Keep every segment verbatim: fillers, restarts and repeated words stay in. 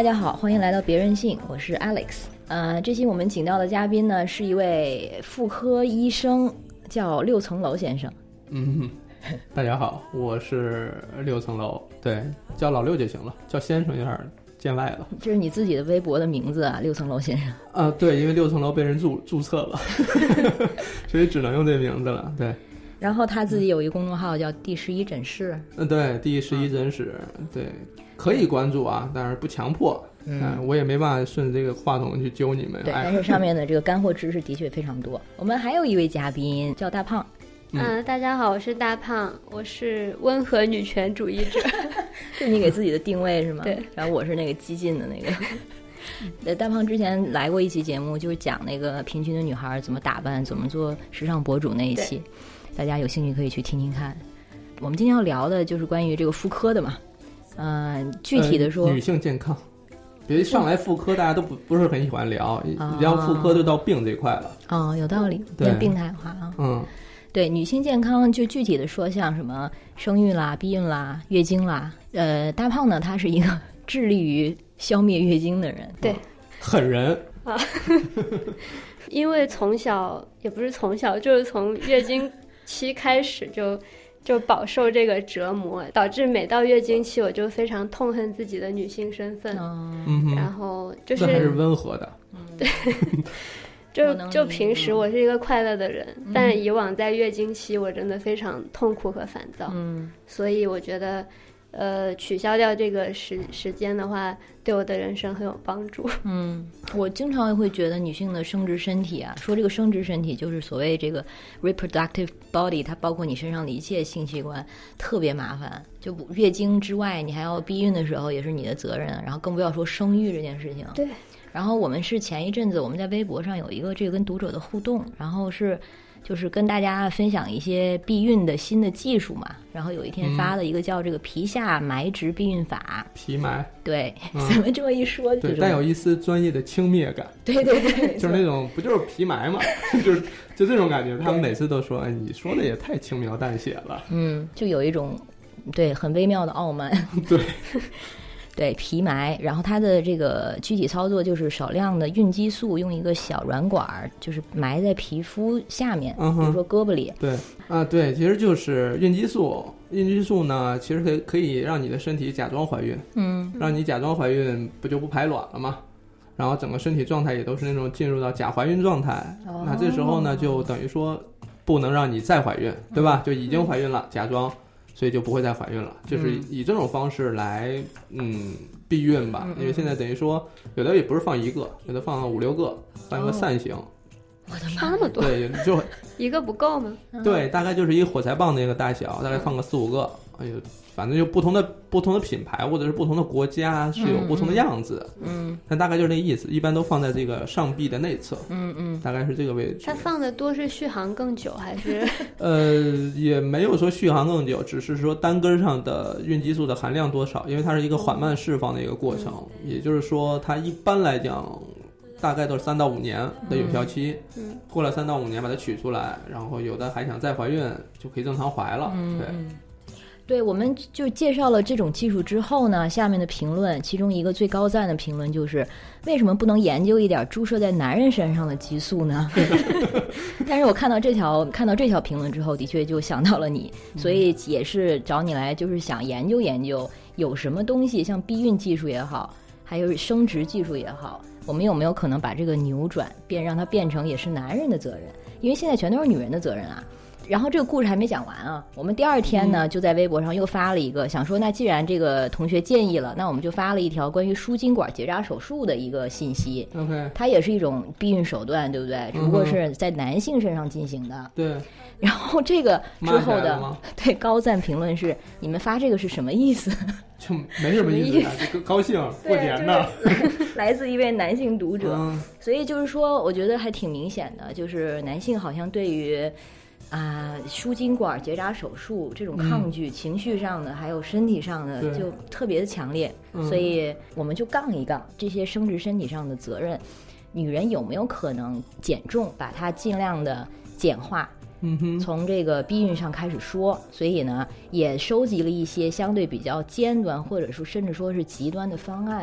家好，欢迎来到别任性，我是 Alex。呃，这期我们请到的嘉宾呢是一位妇科医生，叫六层楼先生。 嗯，大家好，我是六层楼，对，叫老六就行了，叫先生有点见外了。 这是你自己的微博的名字啊，六层楼先生。 啊，对，因为六层楼被人注注册了，所以只能用这名字了。对。 然后他自己有一个公众号叫第十一诊室。 嗯，对，第十一诊室，对，可以关注啊，但是不强迫。嗯、呃，我也没办法顺着这个话筒去揪你们。 对，但是上面的这个干货知识的确非常多。我们还有一位嘉宾叫大胖。 嗯、呃，大家好，我是大胖，我是温和女权主义者。 是你给自己的定位是吗？ 对。 然后我是那个激进的那个。对，大胖之前来过一期节目，就是讲那个贫穷的女孩怎么打扮，怎么做时尚博主那一期，大家有兴趣可以去听听看。我们今天要聊的就是关于这个妇科的嘛，嗯、呃，具体的说、 呃、女性健康。别一上来妇科大家都不不是很喜欢聊， 哦、 聊妇科就到病这块了。 哦，有道理，变病态化啊。 嗯， 对，女性健康就具体的说，像什么生育啦、避孕啦、月经啦。呃，大胖呢，他是一个致力于消灭月经的人。 对， 狠人啊。因为从小也不是从小，就是从月经期开始就就饱受这个折磨，导致每到月经期我就非常痛恨自己的女性身份。 嗯， 然后就是这还是温和的。 对。就就平时我是一个快乐的人，嗯、但以往在月经期我真的非常痛苦和烦躁。嗯，所以我觉得呃取消掉这个时时间的话，对我的人生很有帮助。 嗯，我经常会觉得女性的生殖身体啊，说这个生殖身体就是所谓这个 reproductive body， 它包括你身上的一切性器官，特别麻烦。就月经之外，你还要避孕的时候也是你的责任，然后更不要说生育这件事情。 对。 然后我们是前一阵子我们在微博上有一个这个跟读者的互动，然后是就是跟大家分享一些避孕的新的技术嘛，然后有一天发了一个叫这个皮下埋植避孕法。 皮埋。 对、 嗯、 怎么这么一说对，带有一丝专业的轻蔑感。 对对对， 就是那种不就是皮埋嘛，就是就这种感觉。他们每次都说，哎，你说的也太轻描淡写了。 嗯，就有一种对很微妙的傲慢。 对。 对，皮埋，然后它的这个具体操作就是少量的孕激素用一个小软管，就是埋在皮肤下面， 嗯、 比如说胳膊里。 对啊，对，其实就是孕激素。孕激素呢，其实可以可以让你的身体假装怀孕， 嗯， 让你假装怀孕，不就不排卵了吗？然后整个身体状态也都是那种进入到假怀孕状态。哦、那这时候呢，就等于说不能让你再怀孕，对吧？就已经怀孕了，假装。所以就不会再怀孕了，就是以这种方式来嗯避孕吧，因为现在等于说有的也不是放一个，有的放五六个，放一个扇形。 我的妈，那么多？ 对，就一个不够吗？ 对，大概就是一个火柴棒那个大小，大概放个四五个。哎呦，反正就不同的不同的品牌或者是不同的国家是有不同的样子。 嗯， 但大概就是那意思，一般都放在这个上臂的内侧。 嗯嗯， 大概是这个位置。 它放的多是续航更久还是？ 呃，也没有说续航更久，只是说单根上的孕激素的含量多少，因为它是一个缓慢释放的一个过程，嗯、也就是说，它一般来讲。大概都是三到五年的有效期， 嗯， 过了三到五年把它取出来，然后有的还想再怀孕，就可以正常怀了。 嗯、 对， 对，我们就介绍了这种技术之后呢，下面的评论，其中一个最高赞的评论就是：为什么不能研究一点注射在男人身上的激素呢？但是我看到这条看到这条评论之后，的确就想到了你，所以也是找你来，就是想研究研究有什么东西，像避孕技术也好，还有生殖技术也好。我们有没有可能把这个扭转变让它变成也是男人的责任，因为现在全都是女人的责任啊。然后这个故事还没讲完啊，我们第二天呢、嗯、就在微博上又发了一个，想说那既然这个同学建议了，那我们就发了一条关于输精管结扎手术的一个信息。 OK， 它也是一种避孕手段，对不对？只不过是在男性身上进行的、嗯、 对。 然后这个之后的对高赞评论是：你们发这个是什么意思？ 就没什么意思啊，就高兴过年呢。 来自一位男性读者、 嗯、 所以就是说我觉得还挺明显的，就是男性好像对于啊、呃，输精管结扎手术这种抗拒、嗯、情绪上的还有身体上的就特别的强烈、嗯、所以我们就杠一杠这些生殖身体上的责任，女人有没有可能减重，把它尽量的简化， 嗯哼， 从这个避孕上开始说。所以呢也收集了一些相对比较尖端或者说甚至说是极端的方案，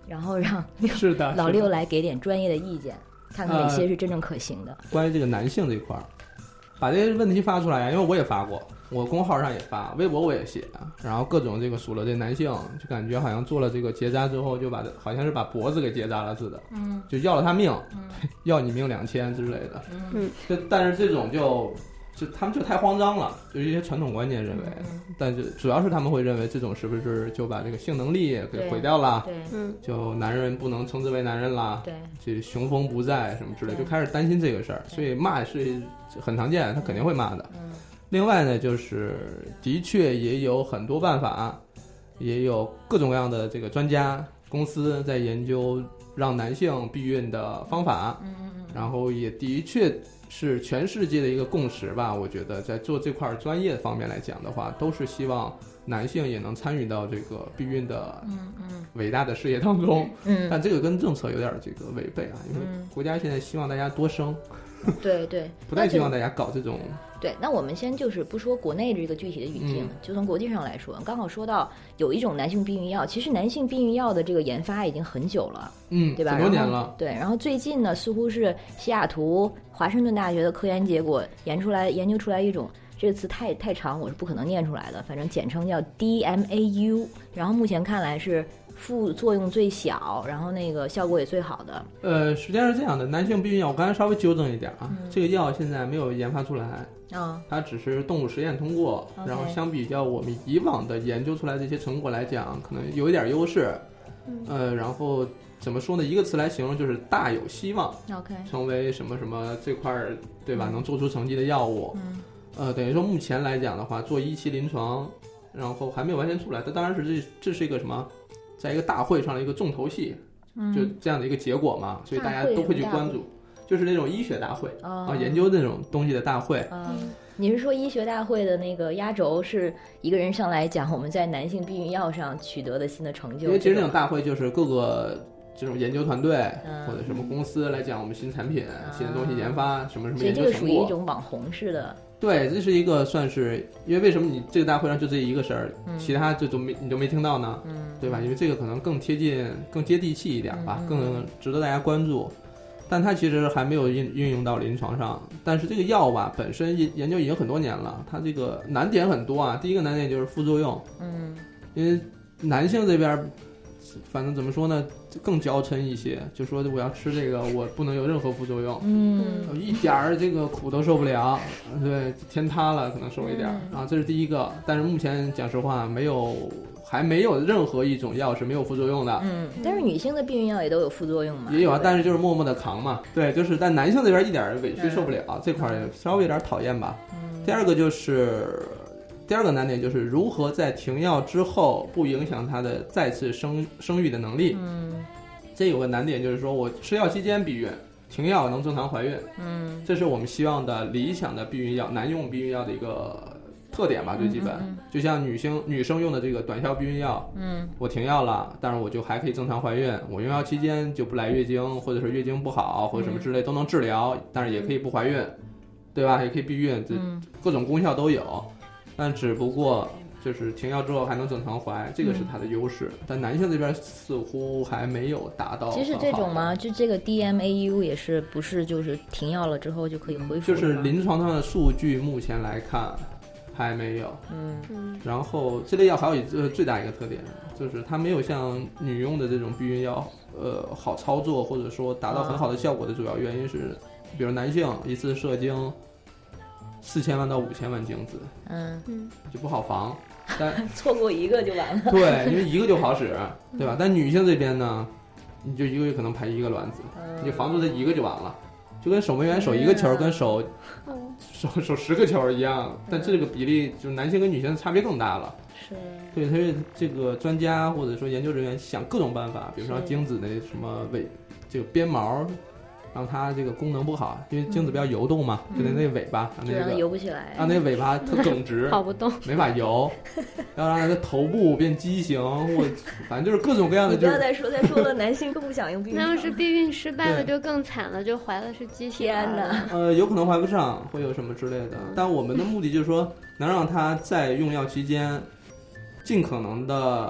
然后让是的老六来给点专业的意见，看看哪些是真正可行的。 呃、关于这个男性这一块儿，把这些问题发出来，因为我也发过，我公号上也发，微博我也写，然后各种这个数落这男性，就感觉好像做了这个结扎之后，就把好像是把脖子给结扎了似的， 嗯， 就要了他命， 嗯、 要你命两千之类的， 嗯， 就但是这种就。就他们就太慌张了，就一些传统观念认为， 嗯、 但是主要是他们会认为这种是不是就把这个性能力给毁掉了？ 对， 嗯， 就男人不能称之为男人了， 对， 就雄风不在什么之类，就开始担心这个事儿，所以骂是很常见，他肯定会骂的。 嗯， 另外呢，就是的确也有很多办法，也有各种各样的这个专家公司在研究让男性避孕的方法， 嗯嗯嗯， 然后也的确。是全世界的一个共识吧，我觉得在做这块专业方面来讲的话，都是希望男性也能参与到这个避孕的伟大的事业当中。 嗯， 但这个跟政策有点这个违背啊，因为国家现在希望大家多生， 对对， 不太希望大家搞这种。 对，那我们先就是不说国内这个具体的语境， 嗯、 就从国际上来说，刚好说到有一种男性避孕药，其实男性避孕药的这个研发已经很久了， 嗯， 对吧？ 很多年了。 对，然后最近呢，似乎是西雅图华盛顿大学的科研结果研出来研究出来一种，这个词太太长，我是不可能念出来的，反正简称叫 D M A U， 然后目前看来是副作用最小，然后那个效果也最好的。 呃，实际上是这样的，男性避孕药我刚才稍微纠正一点啊， 嗯、 这个药现在没有研发出来。 啊、哦， 它只是动物实验通过， okay. 然后相比较我们以往的研究出来的这些成果来讲，可能有一点优势。 嗯、 呃，然后怎么说呢？一个词来形容就是大有希望 ，OK， 成为什么什么这块儿，对吧？嗯、能做出成绩的药物。 嗯， 呃，等于说目前来讲的话，做一期临床，然后还没有完全出来。这当然是这这是一个什么，在一个大会上的一个重头戏， 嗯、 就这样的一个结果嘛，所以大家都会去关注。就是那种医学大会、 哦、 啊，研究那种东西的大会。 嗯，你是说医学大会的那个压轴是一个人上来讲我们在男性避孕药上取得的新的成就？ 因为其实这种大会就是各个这种研究团队、 嗯、 或者什么公司来讲我们新产品、嗯、新的东西研发、嗯、什么什么研究成果。 所以这个属于一种网红式的。 对，这是一个算是，因为为什么你这个大会上就这一个事儿、 嗯， 其他就都没你都没听到呢？ 嗯， 对吧？因为这个可能更贴近、更接地气一点吧， 嗯、 更值得大家关注。但它其实还没有运运用到临床上，但是这个药吧本身研究已经很多年了，它这个难点很多啊。第一个难点就是副作用， 嗯， 因为男性这边，反正怎么说呢，更娇嗔一些，就说我要吃这个，我不能有任何副作用， 嗯， 一点儿这个苦都受不了，对，天塌了可能受一点、嗯、啊，这是第一个。但是目前讲实话，没有。还没有任何一种药是没有副作用的。 嗯，但是女性的避孕药也都有副作用嘛？ 也有啊，但是就是默默的扛嘛。对，就是但男性这边一点委屈受不了，嗯、这块也稍微有点讨厌吧。 嗯。 第二个就是第二个难点就是如何在停药之后不影响他的再次生生育的能力。 嗯。 这有个难点就是说我吃药期间避孕，停药能正常怀孕。 嗯。 这是我们希望的理想的避孕药，男用避孕药的一个特点吧，最基本。 嗯嗯嗯， 就像女性女生用的这个短效避孕药， 嗯， 我停药了，但是我就还可以正常怀孕，我用药期间就不来月经，或者是月经不好或者什么之类都能治疗，但是也可以不怀孕，对吧？也可以避孕，这各种功效都有，但只不过就是停药之后还能正常怀，这个是它的优势。嗯、但男性这边似乎还没有达到。 其实这种嘛，就这个 D M A U 也是不是就是停药了之后就可以恢复？ 就是临床上的数据目前来看。还没有， 嗯， 然后这类药还有一个最大一个特点，就是它没有像女用的这种避孕药，呃，好操作或者说达到很好的效果的主要原因是，比如男性一次射精四千万到五千万精子， 嗯嗯， 就不好防，但错过一个就完了。 对，因为一个就好使，对吧？但女性这边呢，你就一个月可能排一个卵子，你就防住这一个就完了。就跟守门员守一个球跟守守守十个球一样，但这个比例就男性跟女性差别更大了。 是， 对，所以这个专家或者说研究人员想各种办法，比如说精子的什么尾这个鞭毛，让它这个功能不好，因为精子比较游动嘛，就那那尾巴， 让那个游不起来， 让那尾巴特耿直， 跑不动， 没法游，要让它的头部变畸形，或反正就是各种各样的。 你不要再说再说了，男性更不想用避孕。 那要是避孕失败了就更惨了，就怀的是畸形。 天哪！ 呃，有可能怀不上，会有什么之类的。但我们的目的就是说，能让它在用药期间尽可能的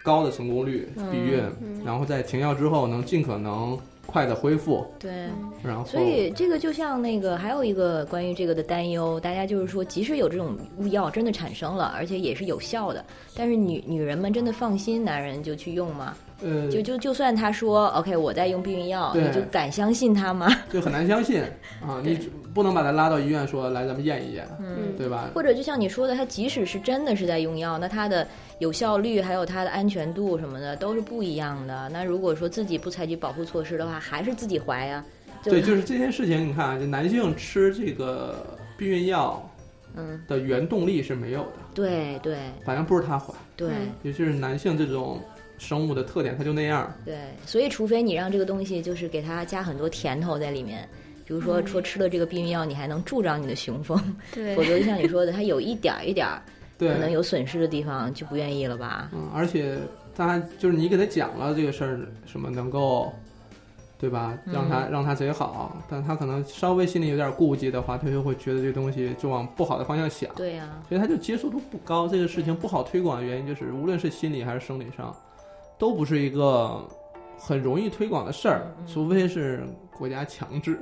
高的成功率避孕、嗯、然后在停药之后能尽可能快的恢复。 对， 然后所以这个就像那个还有一个关于这个的担忧，大家就是说即使有这种误药真的产生了，而且也是有效的，但是女女人们真的放心男人就去用吗？ 呃， 就就就算他说 OK 我在用避孕药，你就敢相信他吗？ 就很难相信啊！你不能把他拉到医院说来咱们验一验，嗯，对吧？ 或者就像你说的，他即使是真的是在用药，那他的有效率还有他的安全度什么的都是不一样的。那如果说自己不采取保护措施的话，还是自己怀啊。 就对，就是这件事情，你看啊，男性吃这个避孕药，嗯，的原动力是没有的。 对对， 反正不是他怀。 对， 尤其是男性这种生物的特点，它就那样。 对，所以除非你让这个东西就是给它加很多甜头在里面，比如说说吃了这个避孕药，你还能助长你的雄风， 对， 否则就像你说的，它有一点一点对可能有损失的地方就不愿意了吧。 嗯，而且他就是你给他讲了这个事儿，什么能够，对吧？让他、嗯、让他贼好，但他可能稍微心里有点顾忌的话，他就会觉得这东西就往不好的方向想。 对呀、啊， 所以他就接受度不高。这个事情不好推广的原因就是，无论是心理还是生理上，都不是一个很容易推广的事儿，嗯、除非是国家强制。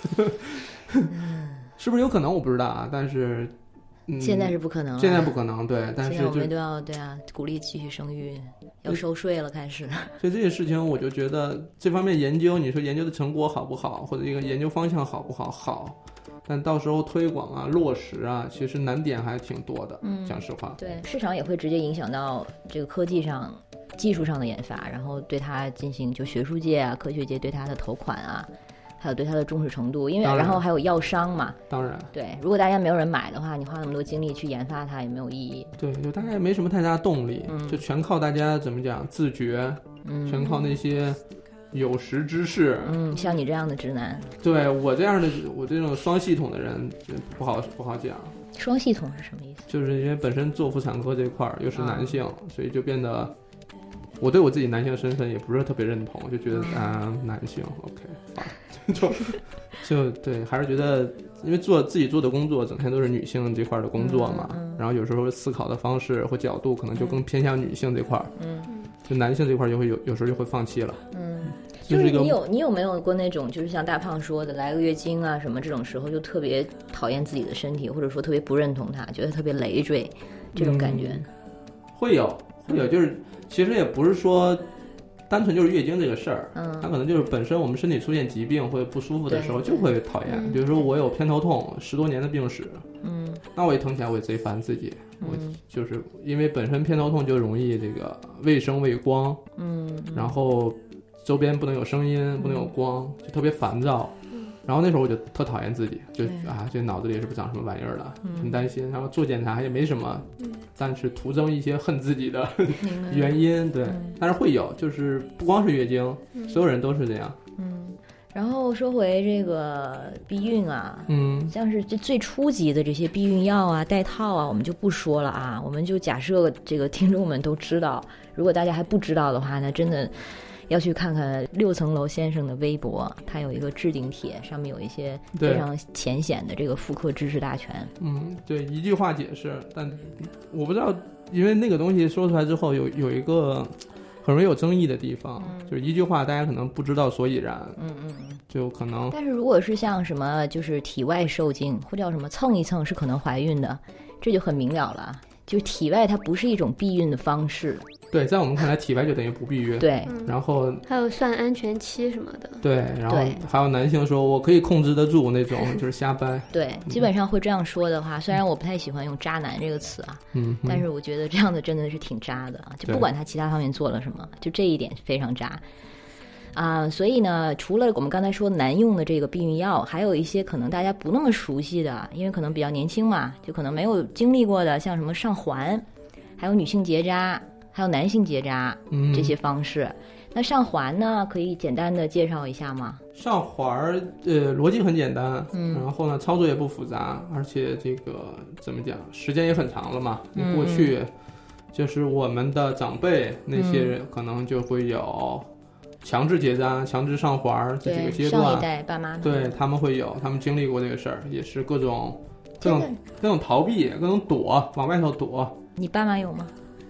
是不是有可能我不知道啊，但是。嗯、 现在是不可能了， 现在不可能，对，但是现在我们都要对啊，鼓励继续生育，要收税了，开始。 所以这些事情，我就觉得这方面研究，你说研究的成果好不好，或者一个研究方向好不好，好，但到时候推广啊、落实啊，其实难点还挺多的。嗯，讲实话， 对，市场也会直接影响到这个科技上、技术上的研发，然后对它进行就学术界啊、科学界对它的投款啊。还有对它的重视程度，因为然后还有药商嘛， 当然， 对，如果大家没有人买的话，你花那么多精力去研发它也没有意义。 对，就大家也没什么太大动力，嗯、就全靠大家怎么讲自觉，嗯，全靠那些有识之士， 嗯，像你这样的直男， 对我这样的我这种双系统的人不好不好讲。 双系统是什么意思？ 就是因为本身做妇产科这块又是男性，嗯、所以就变得。我对我自己男性身份也不是特别认同，就觉得啊，男性 OK 好，就就对，还是觉得因为做自己做的工作整天都是女性这块的工作嘛，嗯嗯、然后有时候思考的方式或角度可能就更偏向女性这块，嗯，就男性这块就会有有时候就会放弃了， 嗯，就是你有你有没有过那种就是像大胖说的来个月经啊什么这种时候就特别讨厌自己的身体，或者说特别不认同它，觉得特别累赘这种感觉？ 嗯、会有会有，就是。其实也不是说单纯就是月经这个事儿，嗯，它可能就是本身我们身体出现疾病或者不舒服的时候就会讨厌。嗯、比如说我有偏头痛，十多年的病史，嗯，那我一疼起来我也贼烦自己，嗯、我就是因为本身偏头痛就容易这个畏声畏光，嗯，然后周边不能有声音，不能有光，就特别烦躁。然后那时候我就特讨厌自己，就啊，这脑子里是不是长什么玩意儿了，嗯、很担心。然后做检查也没什么，嗯、但是徒增一些恨自己的原因，对。嗯、但是会有，就是不光是月经，嗯、所有人都是这样。 嗯。然后说回这个避孕啊，嗯，像是这最初级的这些避孕药啊、带套啊，我们就不说了啊，我们就假设这个听众们都知道。如果大家还不知道的话，那真的。要去看看六层楼先生的微博，他有一个置顶帖，上面有一些非常浅显的这个妇科知识大全。 嗯，对，一句话解释，但我不知道，因为那个东西说出来之后有有一个很容易有争议的地方，嗯、就是一句话大家可能不知道所以然。嗯嗯嗯，就可能。 但是如果是像什么就是体外受精或叫什么蹭一蹭是可能怀孕的，这就很明了了。就体外它不是一种避孕的方式。 对，在我们看来，体外就等于不避孕。 对， 然后还有算安全期什么的。 对，然后还有男性说我可以控制得住那种，就是瞎掰。 对，基本上会这样说的话，虽然我不太喜欢用渣男这个词啊，嗯，但是我觉得这样的真的是挺渣的啊，就不管他其他方面做了什么，就这一点非常渣。啊，所以呢，除了我们刚才说难用的这个避孕药，还有一些可能大家不那么熟悉的，因为可能比较年轻嘛，就可能没有经历过的，像什么上环，还有女性结扎，还有男性结扎、嗯、这些方式。那上环呢，可以简单的介绍一下吗？ 上环呃逻辑很简单，嗯，然后呢操作也不复杂，而且这个怎么讲，时间也很长了嘛。你过去就是我们的长辈那些人可能就会有强制结扎、强制上环这几个阶段， 上一代爸妈对他们会有，他们经历过这个事儿，也是各种各种各种逃避、各种躲，往外头躲。 你爸妈有吗？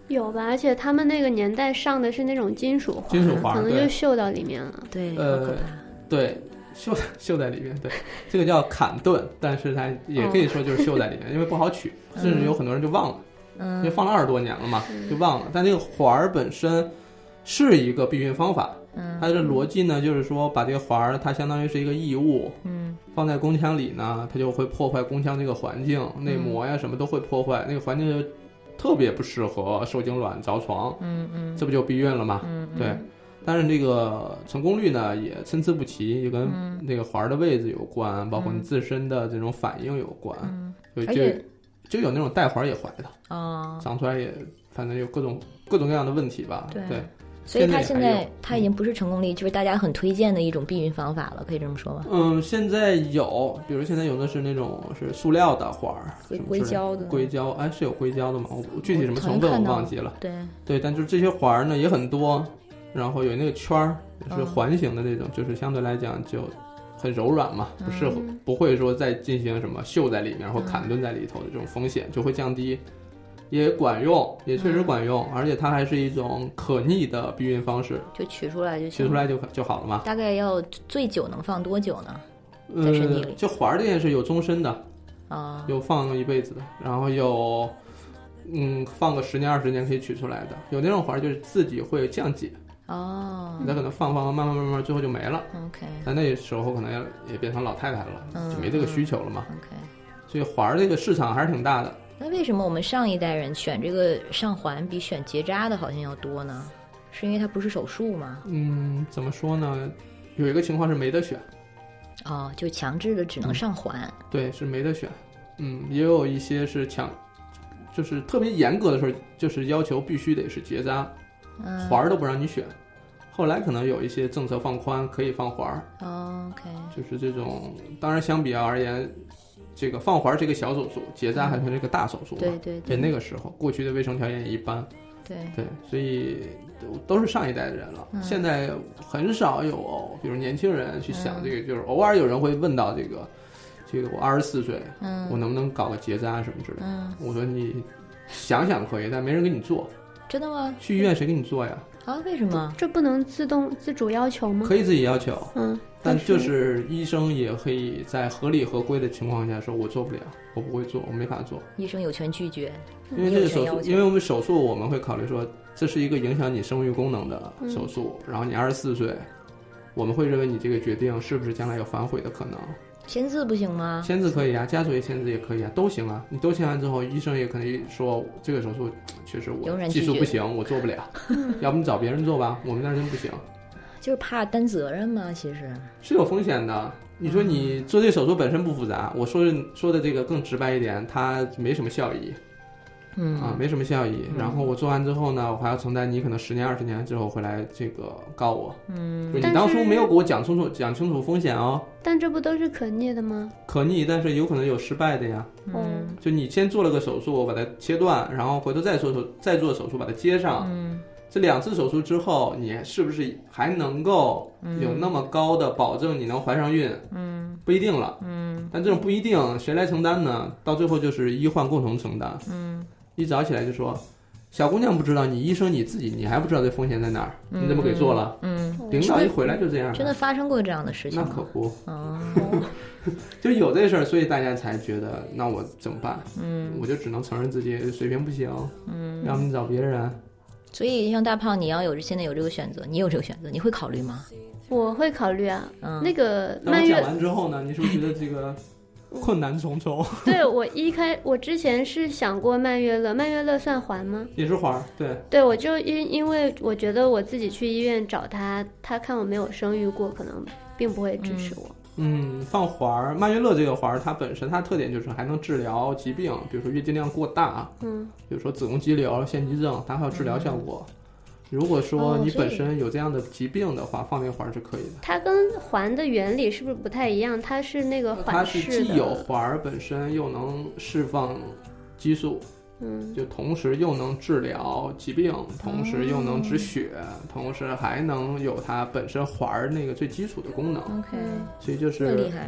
有吧，而且他们那个年代上的是那种金属环， 金属环可能就锈到里面了。 对， 呃，对，锈锈在里面，对，这个叫砍盾，但是它也可以说就是锈在里面，哦、因为不好取，甚至有很多人就忘了，嗯，因为放了二十多年了嘛，嗯、就忘了。但这个环儿本身是一个避孕方法，嗯，它的逻辑呢，就是说把这个环儿，它相当于是一个异物，嗯，放在宫腔里呢，它就会破坏宫腔这个环境，内膜呀什么都会破坏，那个环境就特别不适合受精卵着床，嗯嗯，这不就避孕了吗？嗯，对。但是这个成功率呢也参差不齐，也跟那个环的位置有关，嗯、包括你自身的这种反应有关，嗯、就就就有那种带环也怀的，哦，长出来也反正有各种各种各样的问题吧，对。对， 所以它现在它已经不是成功率，就是大家很推荐的一种避孕方法了，可以这么说吗？ 嗯，现在有，比如现在有的是那种是塑料的环儿， 硅胶的， 硅胶，哎，是有硅胶的吗？我具体什么成分我忘记了。 对对，但就是这些环儿呢也很多，然后有那个圈儿是环形的那种，嗯、就是相对来讲就很柔软嘛，不适合，嗯、不会说再进行什么锈在里面或砍钝在里头的这种风险，就会降低。也管用，也确实管用，嗯、而且它还是一种可逆的避孕方式， 就取出来就行， 取出来就就好了嘛。 大概要最久能放多久呢？在身体里？ 呃、就环这件事有终身的，啊、哦，有放一辈子的，然后有嗯放个十年二十年可以取出来的，有那种环就是自己会降解。哦，那可能放放慢慢慢慢最后就没了。 OK， 但那时候可能也变成老太太了，嗯、就没这个需求了嘛。 OK， 所以环这个市场还是挺大的。 那为什么我们上一代人选这个上环比选结扎的好像要多呢？是因为它不是手术吗？ 嗯，怎么说呢？有一个情况是没得选。 哦，就强制的只能上环。嗯、 对，是没得选。嗯，也有一些是强，就是特别严格的时候，就是要求必须得是结扎，嗯、环都不让你选。后来可能有一些政策放宽，可以放环。 哦 OK， 就是这种，当然相比而言。这个放环是一个小手术，结扎还是这个大手术、嗯、 对对对， 在那个时候过去的卫生条件也一般， 对对，所以都是上一代的人了、嗯、现在很少有比如年轻人去想这个、嗯、就是偶尔有人会问到这个这个我二十四岁、嗯、我能不能搞个结扎什么之类的、嗯、我说你想想可以，但没人给你做。 真的吗？ 去医院谁给你做呀？ 啊，为什么？ 这不能自动自主要求吗？ 可以自己要求， 嗯， 但就是医生也可以在合理合规的情况下说，我做不了，我不会做，我没法做。 医生有权拒绝， 因为这个手术，因为我们手术我们会考虑说，这是一个影响你生育功能的手术，嗯、然后你二十四岁，我们会认为你这个决定是不是将来有反悔的可能。 签字不行吗？ 签字可以啊，家属也签字也可以啊，都行啊。你都签完之后，医生也可以说这个手术确实我技术不行，我做不了，要不你找别人做吧，我们那儿真不行。 就是怕担责任嘛，其实是有风险的。你说你做这手术本身不复杂，我说的说的这个更直白一点，它没什么效益。嗯啊，没什么效益。然后我做完之后呢，我还要承担你可能十年、二十年之后回来这个告我。嗯，你当初没有给我讲清楚、讲清楚风险哦。 但这不都是可逆的吗？ 可逆，但是有可能有失败的呀。嗯，就你先做了个手术，我把它切断，然后回头再做手再做手术把它接上。嗯，这两次手术之后，你是不是还能够有那么高的保证你能怀上孕？嗯，不一定了。嗯，但这种不一定，谁来承担呢？到最后就是医患共同承担。嗯。一早起来就说，小姑娘不知道，你医生你自己你还不知道这风险在哪儿，嗯、你怎么给做了？嗯，领导一回来就这样。 真的发生过这样的事情？ 那可不。哦，就有这事儿，所以大家才觉得，那我怎么办？嗯，我就只能承认自己水平不行。嗯，要么你找别人。 所以像大胖，你要有现在有这个选择，你有这个选择，你会考虑吗？ 我会考虑啊。嗯，那个蔓越讲完之后呢，你是不是觉得这个？困难重重。 对，我一开我之前是想过蔓越乐，蔓越乐算环吗？ 也是环，对。 对，我就因因为我觉得我自己去医院找他，他看我没有生育过，可能并不会支持我。 嗯，放环，蔓越乐这个环，它本身它特点就是还能治疗疾病，比如说月经量过大，嗯，比如说子宫肌瘤、腺肌症，它还有治疗效果。嗯，如果说你本身有这样的疾病的话，哦、放那个环是可以的。 它跟环的原理是不是不太一样？它是那个缓释的， 它是既有环本身又能释放激素，嗯，就同时又能治疗疾病，同时又能止血，哦、同时还能有它本身环那个最基础的功能。 OK， 所以就是这么厉害啊！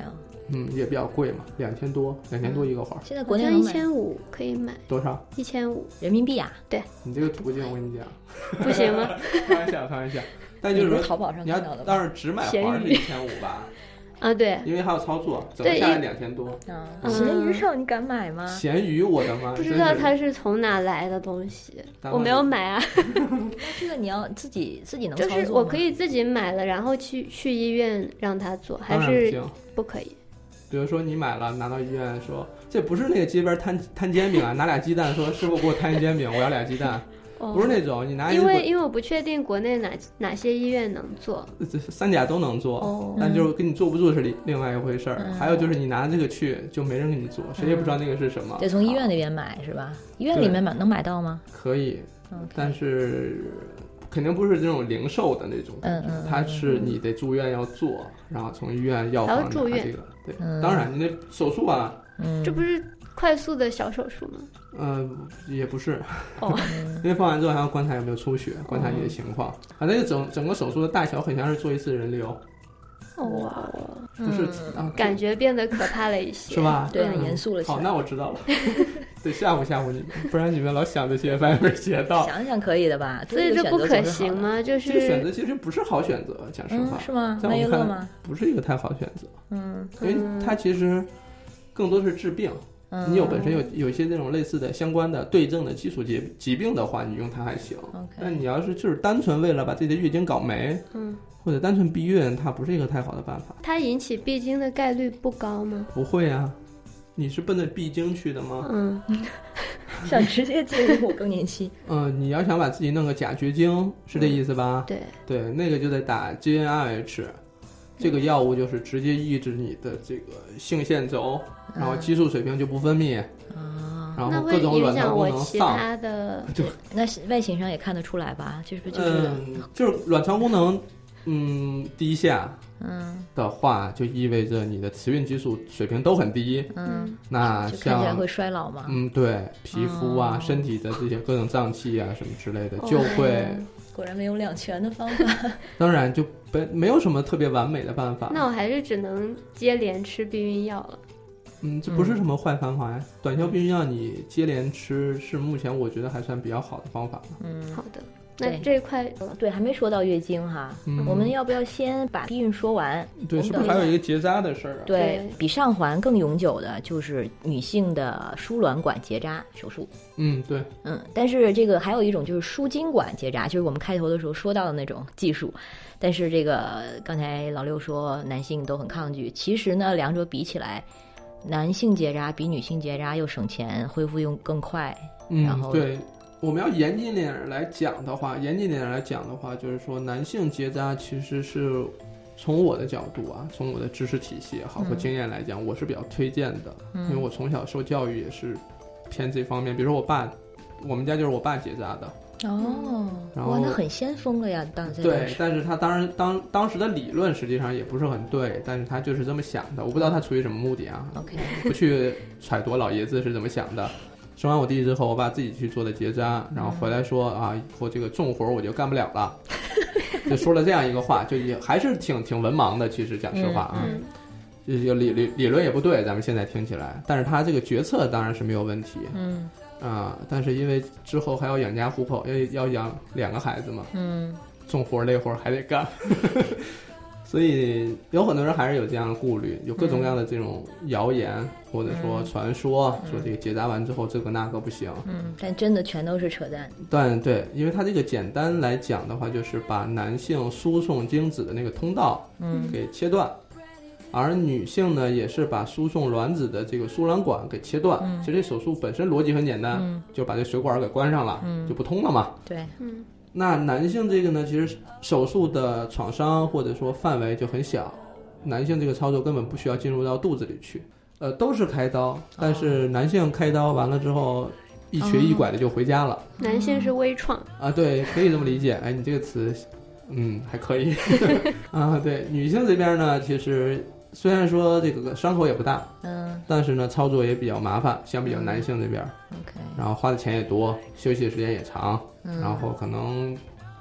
嗯，也比较贵嘛，两千多，两千多一个花。 现在国内能买一千五可以买多少？ 一千五人民币啊？ 对， 你这个途径我跟你讲， 不行吗？ 开玩笑，开玩笑。但就是说， 淘宝上你要当然只买花是一千五吧？ 啊，对， 因为还有操作，整个下来两千多。 啊，闲鱼上你敢买吗？ 闲鱼，我的妈！ 不知道它是从哪来的东西，我没有买啊。 这个你要自己自己能操作吗？ 就是我可以自己买了，然后去去医院让他做，还是不可以？ 比如说你买了，拿到医院说，这不是那个街边摊摊煎饼啊，拿俩鸡蛋说师傅给我摊一煎饼，我要俩鸡蛋。 哦、 不是那种，你拿因为因为我不确定国内哪哪些医院能做， 三甲都能做， 哦、 但就是跟你做不做是另外一回事儿。嗯、还有就是你拿这个去，就没人给你做，谁也不知道那个是什么。 得从医院那边买是吧？医院里面买能买到吗？ 可以， okay. 但是肯定不是这种零售的那种感觉， 嗯嗯， 它是你得住院要做，然后从医院药房拿这个。对， 嗯、 当然你那手术啊， 嗯， 这不是快速的小手术吗？ 呃，也不是， 哦， 因为放完之后还要观察有没有出血，观察你的情况。反正整整个手术的大小很像是做一次人流。 哇， 不是、 嗯啊， 感觉变得可怕了一些， 是吧？ 对，很严肃了起来。 好，那我知道了，得吓唬吓唬你们，不然你们老想这些歪门邪道。 想想可以的吧？ 所以这不可行吗？就是这个选择其实不是好选择，讲实话， 嗯、是吗？ 在我们看吗？ 不是一个太好选择。 嗯， 因为它其实更多是治病。 嗯、 你有本身有有一些这种类似的相关的对症的基础疾疾病的话，你用它还行。 Okay. 但你要是就是单纯为了把自己的月经搞没， 嗯， 或者单纯避孕，它不是一个太好的办法。 它引起闭经的概率不高吗？ 不会啊，你是奔着闭经去的吗？ 嗯， 想直接进入更年期。 嗯、呃，你要想把自己弄个假绝经，是这意思吧？ 对对，那个就得打 G N R H。这个药物就是直接抑制你的这个性腺轴，然后激素水平就不分泌， 啊、 然后各种卵巢功能丧， 就那外形上也看得出来吧？就是就是、 嗯、就是卵巢功能嗯低下， 嗯的话，就意味着你的雌孕激素水平都很低， 嗯， 那就看起来会衰老吗？ 嗯，对，皮肤啊、哦、身体的这些各种脏器啊什么之类的，就会。 哦果然没有两全的方法。 当然就没有什么特别完美的办法。 那我还是只能接连吃避孕药了。 嗯，这不是什么坏方法呀、嗯。短效避孕药你接连吃是目前我觉得还算比较好的方法。 嗯， 好的。那这一块对还没说到月经哈、嗯，我们要不要先把避孕说完？ 对，是不是还有一个结扎的事儿啊？ 对比上环更永久的就是女性的输卵管结扎手术。 嗯，对， 嗯，但是这个还有一种就是输精管结扎，就是我们开头的时候说到的那种技术。但是这个刚才老六说男性都很抗拒，其实呢，两者比起来，男性结扎比女性结扎又省钱，恢复用更快。 嗯， 然后对。我们要严谨点来讲的话，严谨点来讲的话，就是说男性结扎其实是从我的角度啊，从我的知识体系也好或经验来讲、嗯，我是比较推荐的、嗯，因为我从小受教育也是偏这方面。比如说我爸，我们家就是我爸结扎的。 哦，哇，那很先锋了呀！当时对，但是他当然当当时的理论实际上也不是很对，但是他就是这么想的。我不知道他出于什么目的啊 ，OK， 不去揣度老爷子是怎么想的。生完我弟之后，我爸自己去做的结扎，然后回来说、嗯、啊，以后这个重活我就干不了了，就说了这样一个话，就也还是挺挺文盲的。其实讲实话啊， 嗯嗯、就理理理论也不对，咱们现在听起来，但是他这个决策当然是没有问题。 嗯啊，但是因为之后还要养家糊口，要要养两个孩子嘛， 嗯， 重活累活还得干。所以有很多人还是有这样的顾虑，有各种各样的这种谣言、嗯、或者说传说、嗯、说这个结扎完之后这个那个不行， 嗯，但真的全都是扯淡。 但对，因为它这个简单来讲的话，就是把男性输送精子的那个通道嗯给切断、嗯、而女性呢也是把输送卵子的这个输卵管给切断、嗯、其实这手术本身逻辑很简单、嗯、就把这水管给关上了、嗯、就不通了嘛。 对， 嗯， 那男性这个呢，其实手术的创伤或者说范围就很小，男性这个操作根本不需要进入到肚子里去，呃，都是开刀，但是男性开刀完了之后一瘸一拐的就回家了。 男性是微创啊，对，可以这么理解。哎，你这个词，嗯，还可以啊。对，女性这边呢，其实虽然说这个伤口也不大， 嗯， 但是呢操作也比较麻烦，相比较男性这边、 嗯、，OK， 然后花的钱也多，休息的时间也长。然后可能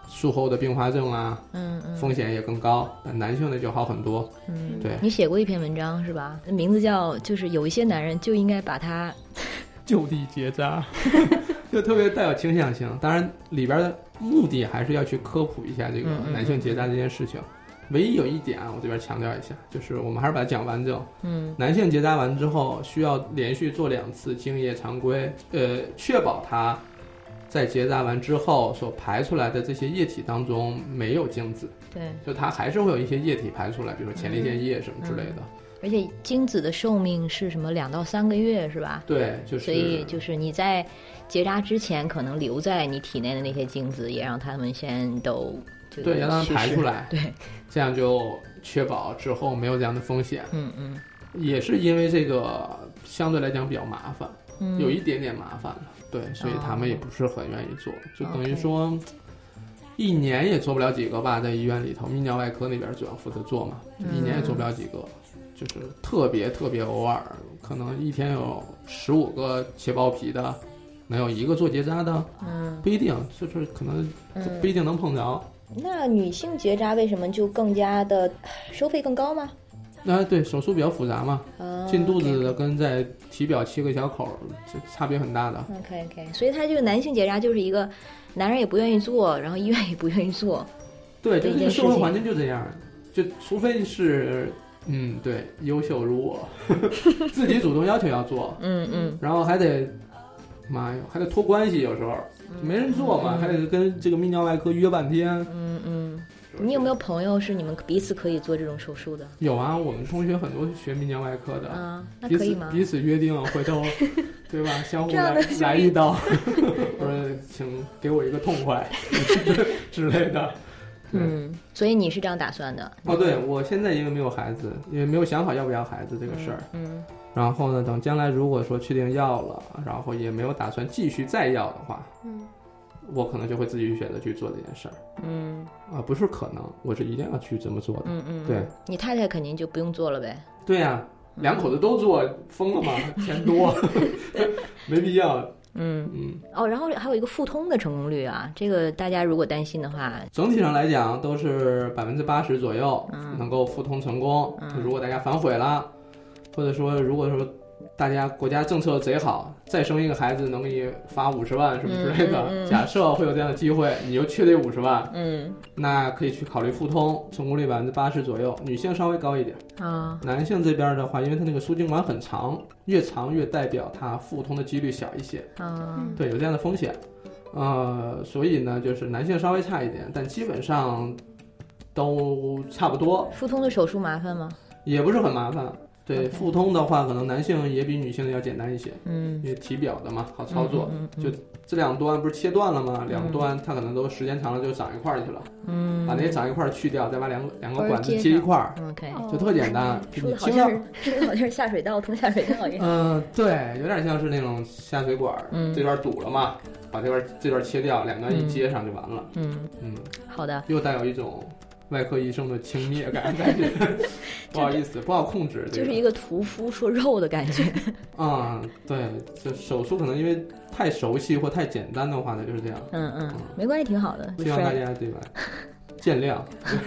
术后的并发症啊， 嗯嗯， 风险也更高。但男性的就好很多。 嗯， 对， 你写过一篇文章是吧？名字叫就是有一些男人就应该把他就地结扎，就特别带有倾向性。当然里边的目的还是要去科普一下这个男性结扎这件事情。嗯嗯嗯，唯一有一点啊，我这边强调一下，就是我们还是把它讲完整。 嗯， 男性结扎完之后需要连续做两次精液常规，呃，确保它在结扎完之后所排出来的这些液体当中没有精子。 对， 就它还是会有一些液体排出来，比如说前列腺液什么之类的。 嗯嗯，而且精子的寿命是什么两到三个月是吧？ 对，就是。 所以就是你在结扎之前，可能留在你体内的那些精子，也让他们先都。 对，要让它排出来， 对， 这样就确保之后没有这样的风险。 嗯嗯， 也是因为这个相对来讲比较麻烦， 嗯， 有一点点麻烦的，对，所以他们也不是很愿意做，哦，就等于说一年也做不了几个吧，在医院里头，泌尿外科那边主要负责做嘛，就一年也做不了几个，嗯，就是特别特别偶尔，可能一天有十五个切包皮的。能有一个做结扎的， 嗯， 不一定，就是可能不一定能碰着。 嗯，那女性结扎为什么就更加的收费更高吗？ 啊，对，手术比较复杂嘛， 哦， 进肚子的跟在体表切个小口，这差别很大的。 OK OK， 所以它这个男性结扎就是一个男人也不愿意做，然后医院也不愿意做。 对，就这个社会环境就这样，就除非是嗯，对，优秀如我，自己主动要求要做， 嗯嗯， 然后还得。妈呀，还得托关系，有时候没人做嘛，嗯，还得跟这个泌尿外科约半天。 嗯嗯，你有没有朋友是你们彼此可以做这种手术的？ 有啊，我们同学很多学泌尿外科的啊，那可以吗？ 彼此彼此约定，回头对吧？相互来来一刀，或者请给我一个痛快之类的。 嗯，所以你是这样打算的？ 哦，对，我现在因为没有孩子，因为没有想好要不要孩子这个事儿。 嗯。嗯， 然后呢，等将来如果说确定要了，然后也没有打算继续再要的话， 嗯， 我可能就会自己选择去做这件事儿。 嗯， 啊，不是可能，我是一定要去这么做的。 嗯嗯， 对， 你太太肯定就不用做了呗。 对呀，啊，两口子都做，疯了吗？钱多，没必要。 嗯嗯，哦，然后还有一个复通的成功率啊，这个大家如果担心的话， 整体上来讲都是百分之八十左右，嗯，能够复通成功。嗯，如果大家反悔了。或者说，如果说大家国家政策贼好，再生一个孩子能给你发五十万什么之类的， 嗯嗯嗯， 假设会有这样的机会，你又缺这五十万， 嗯， 那可以去考虑复通，成功率百分之八十左右，女性稍微高一点啊。 男性这边的话，因为它那个输精管很长，越长越代表它复通的几率小一些啊， 对，有这样的风险，呃，所以呢，就是男性稍微差一点，但基本上都差不多。 复通的手术麻烦吗？ 也不是很麻烦。对， okay. 复通的话，可能男性也比女性的要简单一些， 嗯， 因为体表的嘛，好操作。 嗯嗯嗯、 就这两端不是切断了吗？嗯、两端它可能都时间长了就长一块去了， 嗯， 把那些长一块去掉，再把两个两个管子接一块 ，OK， 就特简单。 说的好像是，说的好像是下水道通下水道一样。 嗯，对，有点像是那种下水管， 嗯， 这段堵了嘛，把这段这段切掉，两端一接上就完了。 嗯嗯， 好的， 又带有一种外科医生的轻蔑感，感觉不好意思，不好控制， 就是一个屠夫说肉的感觉。 啊、嗯，对，就手术可能因为太熟悉或太简单的话呢，就是这样。 嗯嗯，没关系，挺好的。 希望大家对吧，见谅。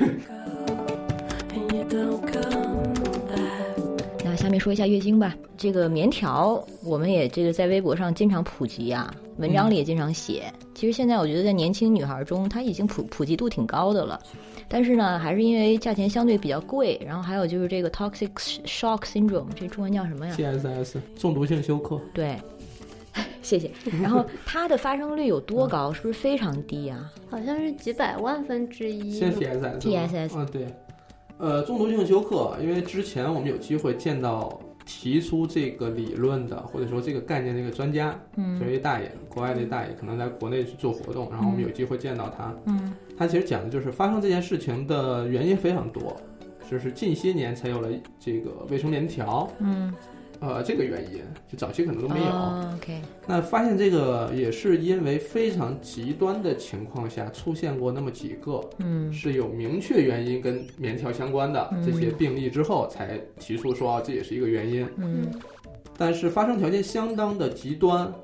那下面说一下月经吧。这个棉条，我们也这个在微博上经常普及啊，文章里也经常写。嗯、其实现在我觉得在年轻女孩中，它已经普普及度挺高的了。但是呢，还是因为价钱相对比较贵，然后还有就是这个 toxic shock syndrome， 这中文叫什么呀 ？T S S 中毒性休克。 对，谢谢。然后它的发生率有多高？是不是非常低啊？ 好像是几百万分之一。 先 T S S。 T S S。 啊，对。呃，中毒性休克，因为之前我们有机会见到提出这个理论的，或者说这个概念的一个专家，嗯，就是一大爷，国外的大爷，可能在国内去做活动，然后我们有机会见到他， 嗯， 他其实讲的就是发生这件事情的原因非常多，就是近些年才有了这个卫生棉条， 嗯， 呃，这个原因，就早期可能都没有。 哦、OK， 那发现这个也是因为非常极端的情况下出现过那么几个， 嗯， 是有明确原因跟棉条相关的这些病例之后，才提出说、哦、这也是一个原因。 嗯， 但是发生条件相当的极端，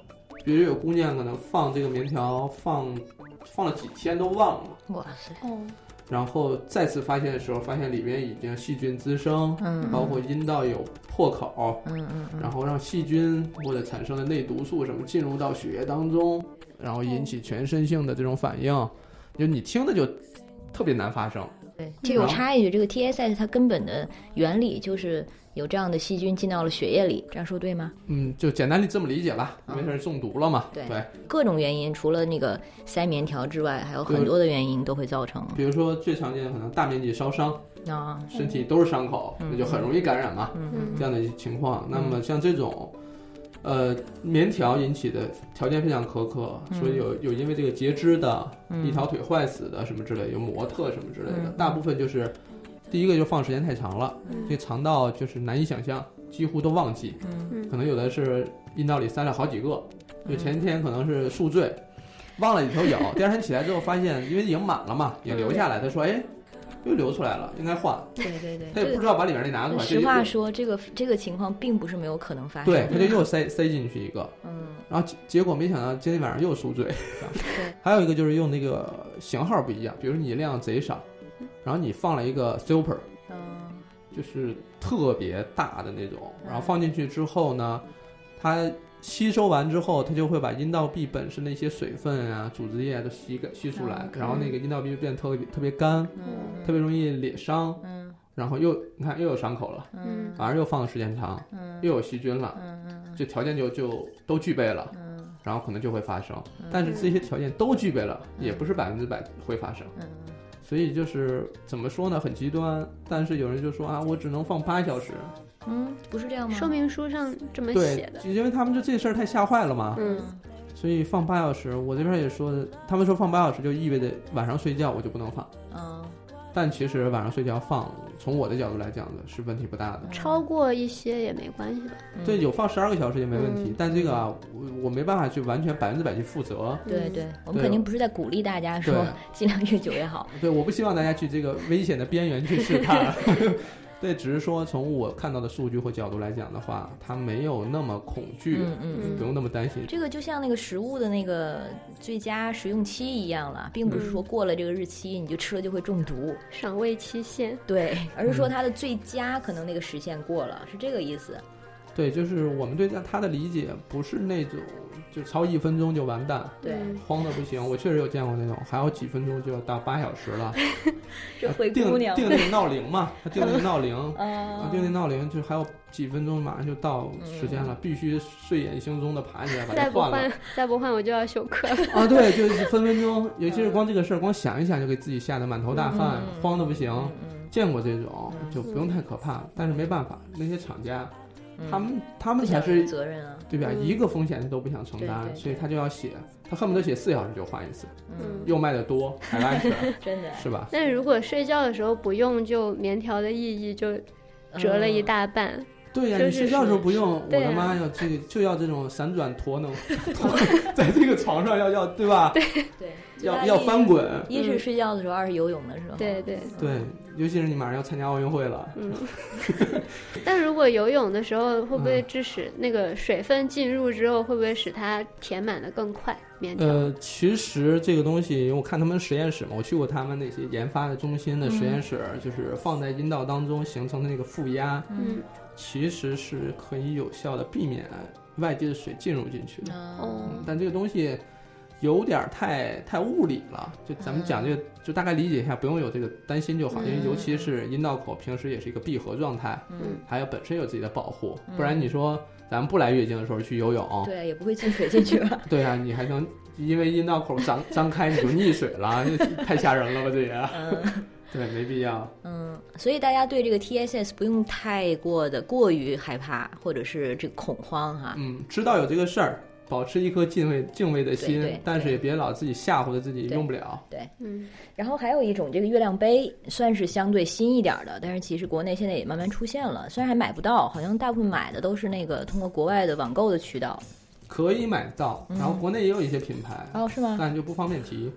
比如有姑娘可能放这个棉条放放了几天都忘了， 哇塞， 哦， 然后再次发现的时候，发现里面已经细菌滋生， 嗯， 包括阴道有破口， 嗯嗯嗯， 然后让细菌或者产生的内毒素什么进入到血液当中，然后引起全身性的这种反应，就你听的就特别难发生。 对，其实我插一句，这个 T S S 它根本的原理就是有这样的细菌进到了血液里，这样说对吗？ 嗯，就简单地这么理解吧，因为它是中毒了嘛。 对对， 各种原因，除了那个塞棉条之外，还有很多的原因都会造成。 比如说最常见的可能大面积烧伤。 啊， 身体都是伤口，那、嗯、就很容易感染嘛。 嗯， 这样的情况，那么像这种，呃，棉条引起的条件非常苛刻，嗯、所以有有因为这个截肢的、嗯、一条腿坏死的什么之类的，有模特什么之类的，嗯、大部分就是第一个就放时间太长了，嗯、这肠道就是难以想象，几乎都忘记，嗯、可能有的是阴道里塞了好几个，就前天可能是宿醉，忘了里头有，第二天起来之后发现，因为已经满了嘛，也留下来，他说，哎。又流出来了，应该换。 对对对， 他也不知道把里面那拿出来。 实话说，这个这个情况并不是没有可能发生。 对，他就又塞塞进去一个，嗯，然后结果没想到今天晚上又宿醉。 对， 还有一个就是用那个型号不一样，比如说你量贼少，然后你放了一个 super， 嗯，就是特别大的那种，然后放进去之后呢，它吸收完之后，它就会把阴道壁本身的一些水分啊、组织液都吸吸出来，嗯、然后那个阴道壁就变得特别特别干，嗯、特别容易裂伤，嗯、然后又你看又有伤口了，嗯、反而又放的时间长，嗯、又有细菌了，嗯、这条件就就都具备了，嗯、然后可能就会发生。嗯、但是这些条件都具备了，嗯、也不是百分之百会发生。嗯、所以就是怎么说呢，很极端。但是有人就说啊，我只能放八小时。 嗯，不是这样吗？ 说明书上这么写的。 对，因为他们就这事儿太吓坏了嘛。 嗯， 所以放八小时，我这边也说，他们说放八小时就意味着晚上睡觉我就不能放。嗯，但其实晚上睡觉放，从我的角度来讲的是问题不大的。 超过一些也没关系吧？ 对，有放十二个小时也没问题，嗯、但这个啊，我我没办法去完全百分之百去负责。 对对，我们肯定不是在鼓励大家说尽量越久越好。 对，我不希望大家去这个危险的边缘去试探。对，只是说从我看到的数据或角度来讲的话，它没有那么恐惧， 嗯嗯嗯， 不用那么担心。 这个就像那个食物的那个最佳食用期一样了，并不是说过了这个日期、嗯、你就吃了就会中毒， 赏味期限。 对，而是说它的最佳可能那个时限过了，嗯、是这个意思。 对，就是我们对它的理解不是那种就超一分钟就完蛋， 对， 慌的不行。我确实有见过那种，还有几分钟就要到八小时了。 这灰姑娘定定那个闹铃嘛，他定那个闹铃，啊，定那闹铃就还有几分钟，马上就到时间了，嗯、必须睡眼惺忪的爬起来把它换了。 再不换，再不换我就要休课了。 啊，对，就是分分钟，尤其是光这个事儿，光想一想就给自己吓得满头大汗，嗯、慌的不行。嗯、见过这种，就不用太可怕，嗯、但是没办法，那些厂家。他们他们才是责任啊， 对吧？嗯、一个风险都不想承担， 对对对， 所以他就要写，他恨不得写四小时就换一次，嗯，又卖得多，还安全， 真的是吧？ 但如果睡觉的时候不用，就棉条的意义就折了一大半。嗯、 对呀、啊，你睡觉的时候不用，我的妈呀，这个就要这种闪转陀能，在这个床上要要对吧？ 对对， 要要翻滚。 一是睡觉的时候，二是游泳的时候。 对对对，尤其是你马上要参加奥运会了。 嗯。但如果游泳的时候，会不会致使那个水分进入之后，会不会使它填满的更快？棉条？ 呃，其实这个东西，我看他们实验室嘛，我去过他们那些研发的中心的实验室，嗯、就是放在阴道当中形成的那个负压， 嗯， 其实是可以有效的避免外界的水进入进去的。 哦、 嗯，但这个东西。有点太太物理了，就咱们讲这个，就大概理解一下，不用有这个担心就好。因为尤其是阴道口平时也是一个闭合状态， 嗯， 还有本身有自己的保护，不然你说咱们不来月经的时候去游泳， 对，也不会进水进去了。 对啊，你还能因为阴道口张张开你就溺水了，太吓人了吧这也。嗯，对，没必要。 嗯，所以大家对这个 T S S 不用太过的过于害怕或者是这个恐慌哈。 嗯，知道有这个事儿。保持一颗敬畏敬畏的心， 对对， 但是也别老自己吓唬的自己用不了。 对，对嗯。然后还有一种这个月亮杯，算是相对新一点的，但是其实国内现在也慢慢出现了，虽然还买不到，好像大部分买的都是那个通过国外的网购的渠道。 可以买到，然后国内也有一些品牌。 嗯、哦，是吗？ 但就不方便提。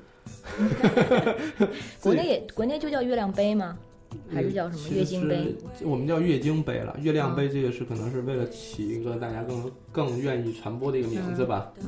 国内也国内就叫月亮杯吗？还是叫什么月经杯？ 我们叫月经杯了，月亮杯这个是可能是为了起一个大家更更愿意传播的一个名字吧。 嗯。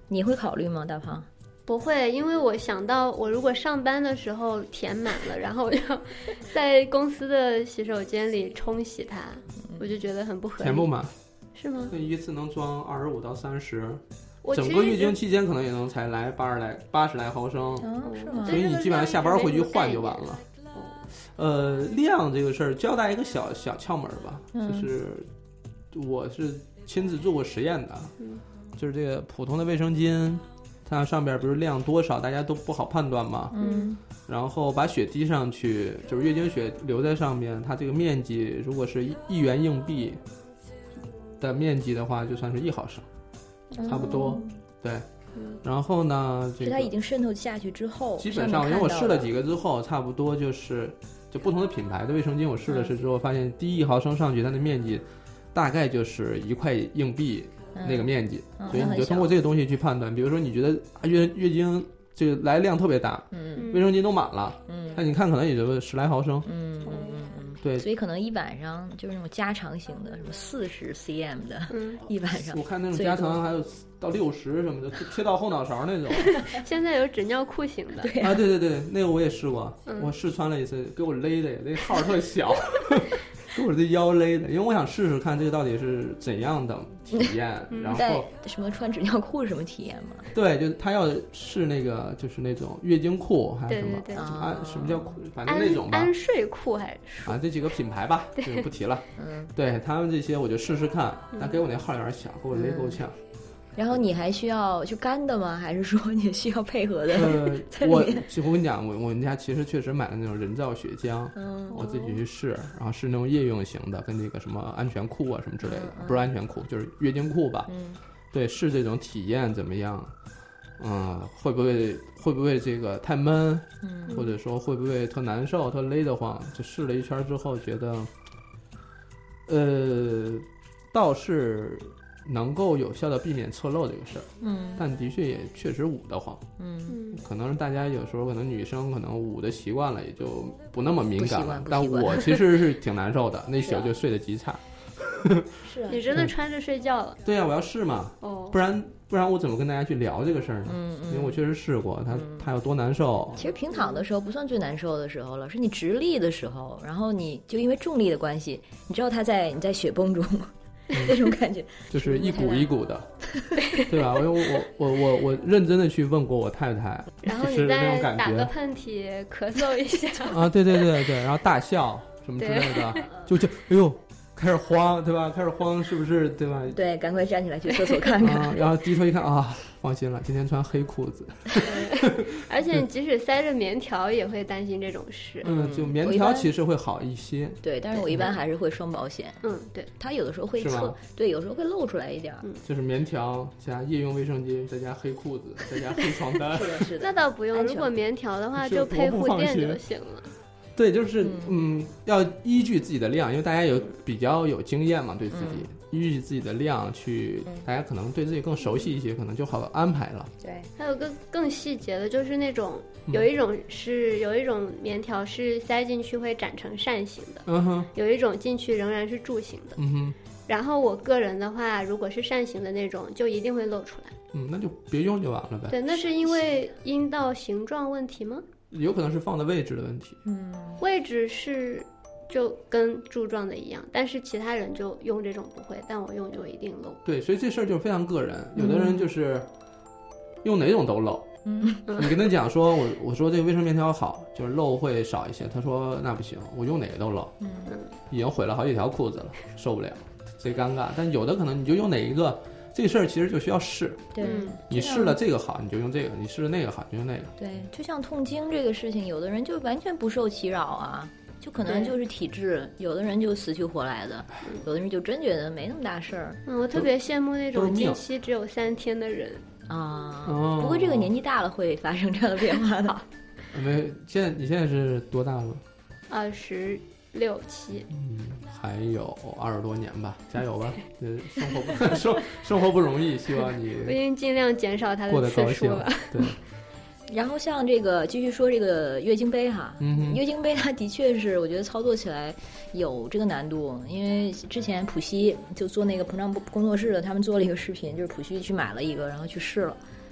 你会考虑吗，大胖？ 不会，因为我想到我如果上班的时候填满了，然后我要在公司的洗手间里冲洗它，我就觉得很不合理。 填不满是吗？ 一次能装二十五到三十， 我整个月经期间可能也能才来八十来八十来毫升， 哦，是吗？ 所以你基本上下班回去换就完了。呃，量这个事儿教大家一个小小窍门吧，嗯、就是我是亲自做过实验的，嗯、就是这个普通的卫生巾。它上边不是量多少大家都不好判断吗？ 嗯， 然后把血滴上去，就是月经血流在上面，它这个面积如果是一元硬币的面积的话，就算是一毫升， 嗯、 差不多。对，然后呢，这个、 是它已经渗透下去之后， 基本上因为我试了几个之后，差不多就是就不同的品牌的卫生巾我试了试之后，发现滴一毫升上去，它的面积大概就是一块硬币。那个面积， 嗯、 所以你就通过这个东西去判断。比如说，你觉得月月经这个来量特别大， 嗯， 卫生巾都满了， 嗯， 那你看可能也就十来毫升， 嗯嗯嗯嗯， 对， 所以可能一晚上就是那种加长型的，什么四十 cm 的，嗯，一晚上。 我看那种加长还有到六十什么的，贴到后脑勺那种。 现在有纸尿裤型的， 对啊，对对对，那个我也试过，嗯、我试穿了一次，给我勒的，那号特小。给我这腰勒的，因为我想试试看这个到底是怎样的体验。嗯、然后什么穿纸尿裤是什么体验吗？ 对，就是他要试那个，就是那种月经裤还是什么？ 对对对安、啊、什么叫裤？反正那种吧。 安睡裤还是啊？这几个品牌吧，这个不提了。嗯，对他们这些我就试试看。他给我那号有点小，给我勒够呛。 嗯然后你还需要就干的吗？还是说你需要配合的？ 呃，我我跟你讲，我我们家其实确实买了那种人造血浆，嗯，我自己去试，然后是那种夜用型的，跟那个什么安全裤啊什么之类的，嗯、不是安全裤，就是月经裤吧。 嗯， 对，试这种体验怎么样？嗯，会不会会不会这个太闷？ 嗯， 或者说会不会特难受、特勒得慌？就试了一圈之后，觉得，呃，倒是。能够有效的避免侧漏这个事儿， 嗯， 但的确也确实捂得慌， 嗯， 可能大家有时候可能女生可能捂的习惯了，也就不那么敏感了。 但我其实是挺难受的，那宿就睡得极差。 是啊， 你真的穿着睡觉了？ 对呀、啊，我要试嘛， 哦， 不然不然我怎么跟大家去聊这个事儿呢？ 嗯嗯， 因为我确实试过，它它有多难受。 其实平躺的时候不算最难受的时候了，是你直立的时候，然后你就因为重力的关系，你知道它在你在雪崩中。那种感觉就是一股一股的，对吧？我我我我我认真的去问过我太太， 然后你再打个喷嚏、咳嗽一下啊，对对对对，然后大笑什么之类的，就就哎呦，开始慌，对吧？开始慌，是不是对吧？ 对，赶快站起来去厕所看看， 啊、然后低头一看啊，放心了，今天穿黑裤子。 而且你即使塞着棉条也会担心这种事。 嗯，就棉条其实会好一些。 对，但是我一般还是会双保险。 嗯，对， 它有的时候会侧，对，有时候会露出来一点。 嗯， 就是棉条加夜用卫生巾，再加黑裤子，再加黑床单。 是的，是的。 那倒不用，如果棉条的话，就配护垫就行了。 对，就是嗯，要依据自己的量，因为大家有比较有经验嘛，对自己、嗯、依据自己的量去、嗯，大家可能对自己更熟悉一些，可能就好安排了。 对，还有个更细节的，就是那种有一种是、嗯、有一种棉条是塞进去会展成扇形的， 嗯哼， 有一种进去仍然是柱形的， 嗯哼。 然后我个人的话，如果是扇形的那种，就一定会露出来。 嗯，那就别用就完了呗。 对，那是因为阴道形状问题吗？ 有可能是放的位置的问题。 嗯， 位置是就跟柱状的一样，但是其他人就用这种不会，但我用就一定漏。 对，所以这事儿就非常个人，有的人就是用哪种都漏。 嗯， 你跟他讲说，我我说这个卫生棉条好，就是漏会少一些。他说那不行，我用哪个都漏。 嗯， 已经毁了好几条裤子了，受不了，贼尴尬。但有的可能你就用哪一个。这事儿其实就需要试， 对， 你试了这个好，你就用这个；你试了那个好，你就用那个。 对，就像痛经这个事情，有的人就完全不受其扰啊，就可能就是体质；有的人就死去活来的，有的人就真觉得没那么大事儿。 嗯，我特别羡慕那种经期只有三天的人啊、 哦。 不过这个年纪大了会发生这样的变化的。 没，现在你现在是多大了？ 二十六七。 嗯。还有二十多年吧，加油吧！生活不生生活不容易，希望你我已经尽量减少它的次数了。 对。 然后像这个继续说这个月经杯哈， 嗯， 月经杯它的确是我觉得操作起来有这个难度，因为之前普希就做那个膨胀工作室的，他们做了一个视频，就是普希去买了一个，然后去试了。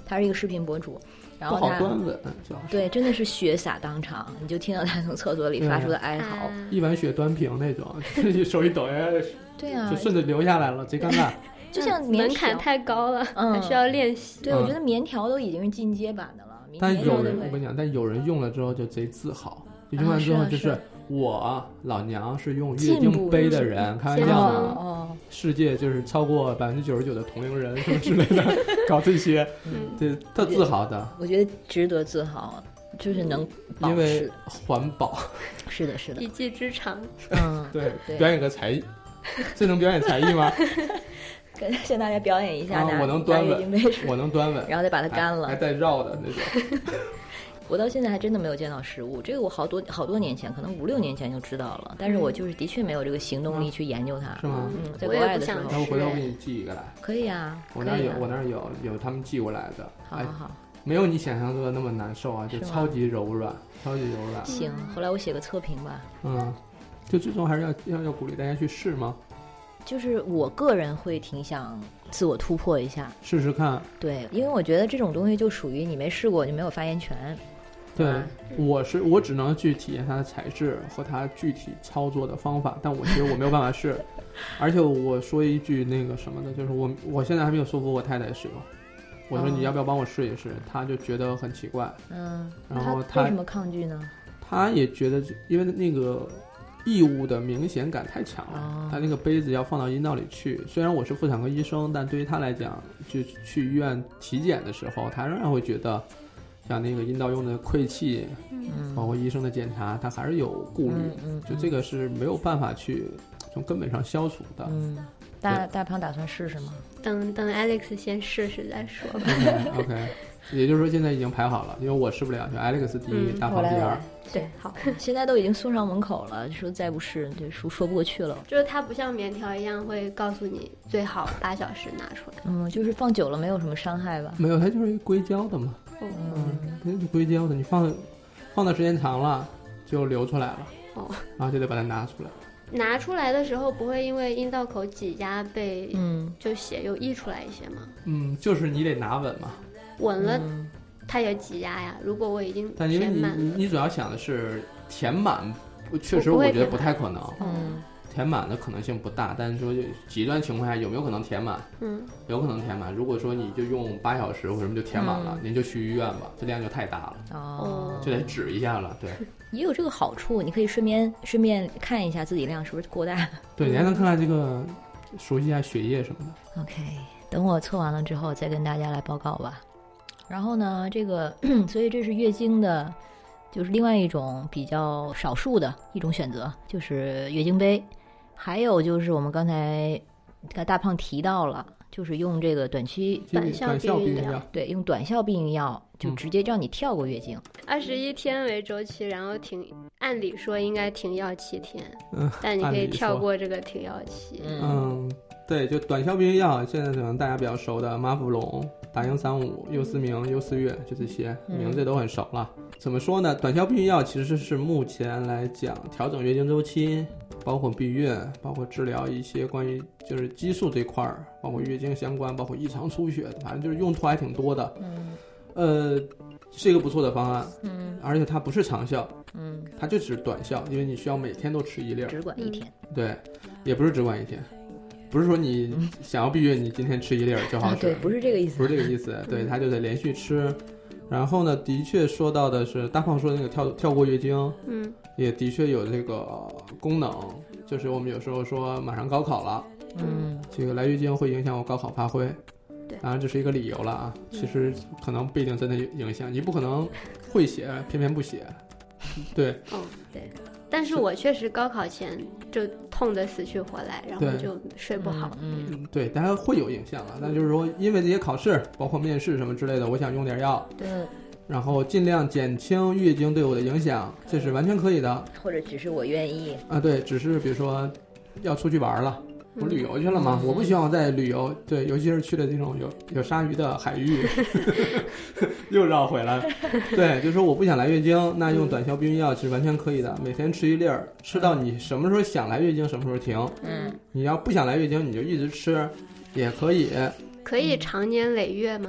他是一个视频博主，然后不好他端稳， 对，真的是血洒当场，你就听到他从厕所里发出的哀嚎， 一碗血端平那种，手一抖呀， 对啊， 就顺着流下来了，贼尴尬。 就像门槛太高了， 嗯， 还需要练习。 对，我觉得棉条都已经是进阶版的了。 但有人，我跟你讲，但有人用了之后就贼自豪，就用完之后就是。我老娘是用月经杯的人，开玩笑的， 哦， 世界就是超过百分之九十九的同龄人什么之类的，搞这些，对，特自豪的。 我觉得值得自豪，就是能保持， 因为环保。 是的，是的， 一技之长。 嗯，对，表演个才艺，这能表演才艺吗？ 向大家表演一下， 啊，我能端稳，我能端稳， 然后再把它干了， 还带绕的那种。 我到现在还真的没有见到实物，这个我好多好多年前，可能五六年前就知道了，但是我就是的确没有这个行动力去研究它。 是吗？ 嗯，在国外的时候， 那我回头给你寄一个来。 可以啊， 我那儿有，我那儿有有他们寄过来的。 好好好， 没有你想象中的那么难受啊，就超级柔软，超级柔软。 行，后来我写个测评吧。 嗯，就最终还是要要要鼓励大家去试吗？ 就是我个人会挺想自我突破一下， 试试看。 对，因为我觉得这种东西就属于你没试过，你没有发言权。 对，我是我只能去体验它的材质和它具体操作的方法，但我其实我没有办法试。而且我说一句那个什么的，就是我我现在还没有说服我太太使用。我说你要不要帮我试一试？她就觉得很奇怪。 嗯， 然后她为什么抗拒呢？ 她也觉得，因为那个异物的明显感太强了， 哦、 她那个杯子要放到阴道里去。虽然我是妇产科医生，但对于她来讲，就去医院体检的时候，她仍然会觉得。像那个阴道用的窥器，嗯，包括医生的检查，他还是有顾虑， 嗯嗯、 就这个是没有办法去从根本上消除的。 嗯，大大胖打算试试吗？ 等等 Alex 先试试再说。 OK，, okay 也就是说现在已经排好了，因为我试不了，就 Alex 第一，嗯、大胖第二。 对，好， 现在都已经送上门口了，说再不试就说说不过去了。 就是它不像棉条一样会告诉你最好八小时拿出来。 嗯，就是放久了没有什么伤害吧？ 没有，它就是一个硅胶的嘛。嗯，它是硅胶的，你放放的时间长了就流出来了。哦，然后就得把它拿出来。 拿出来的时候不会因为阴道口挤压被嗯就血又溢出来一些吗？ 嗯，就是你得拿稳嘛。 稳了。嗯它也挤压呀。如果我已经但因为你你主要想的是填满，确实我觉得不太可能。 嗯， 填满的可能性不大，但是说极端情况下有没有可能填满？ 嗯， 有可能填满。如果说你就用八小时或什么就填满了，嗯、您就去医院吧，这量就太大了。 哦， 就得指一下了。对， 也有这个好处，你可以顺便顺便看一下自己量是不是过大。 对，你还能看看这个，熟悉一下血液什么的。 OK， 等我测完了之后再跟大家来报告吧。然后呢，这个所以这是月经的，就是另外一种比较少数的一种选择，就是月经杯。还有就是我们刚才大胖提到了，就是用这个短期短效避孕药， 对，用短效避孕药就直接让你跳过月经。 二十一天为周期，然后停，按理说应该停药七天，嗯，但你可以跳过这个停药期。 嗯，对，就短效避孕药，现在可能大家比较熟的妈富隆、达英三五、优思明、优思悦，就这些名字都很熟了。嗯、怎么说呢？短效避孕药其实是目前来讲调整月经周期，包括避孕，包括治疗一些关于就是激素这块儿，包括月经相关，包括异常出血，反正就是用途还挺多的。 嗯， 呃，是一个不错的方案。 嗯， 而且它不是长效。 嗯， 它就只是短效，因为你需要每天都吃一粒， 只管一天。 对，也不是只管一天。不是说你想要避孕，你今天吃一粒就好使、啊。 对，不是这个意思。 不是这个意思，对，它就得连续吃。然后呢，的确说到的是大胖说的那个跳跳过月经， 嗯， 也的确有这个功能，就是我们有时候说马上高考了， 嗯， 这个来月经会影响我高考发挥， 对， 当然这是一个理由了啊，其实可能不一定真的影响，你不可能会写偏偏不写，对， 哦，对。但是我确实高考前就痛得死去活来，然后就睡不好。 嗯， 嗯对，当然会有影响了。但就是说，因为这些考试，包括面试什么之类的，我想用点药， 对， 然后尽量减轻月经对我的影响，这是完全可以的。 或者只是我愿意啊，对，只是比如说要出去玩了。我旅游去了嘛、嗯、我不希望在旅游，对，尤其是去了这种有有鲨鱼的海域又绕回来，对，就是说我不想来月经，那用短效避孕药是完全可以的，每天吃一粒儿，吃到你什么时候想来月经什么时候停。 嗯， 你要不想来月经你就一直吃也可以。 可以长年累月吗？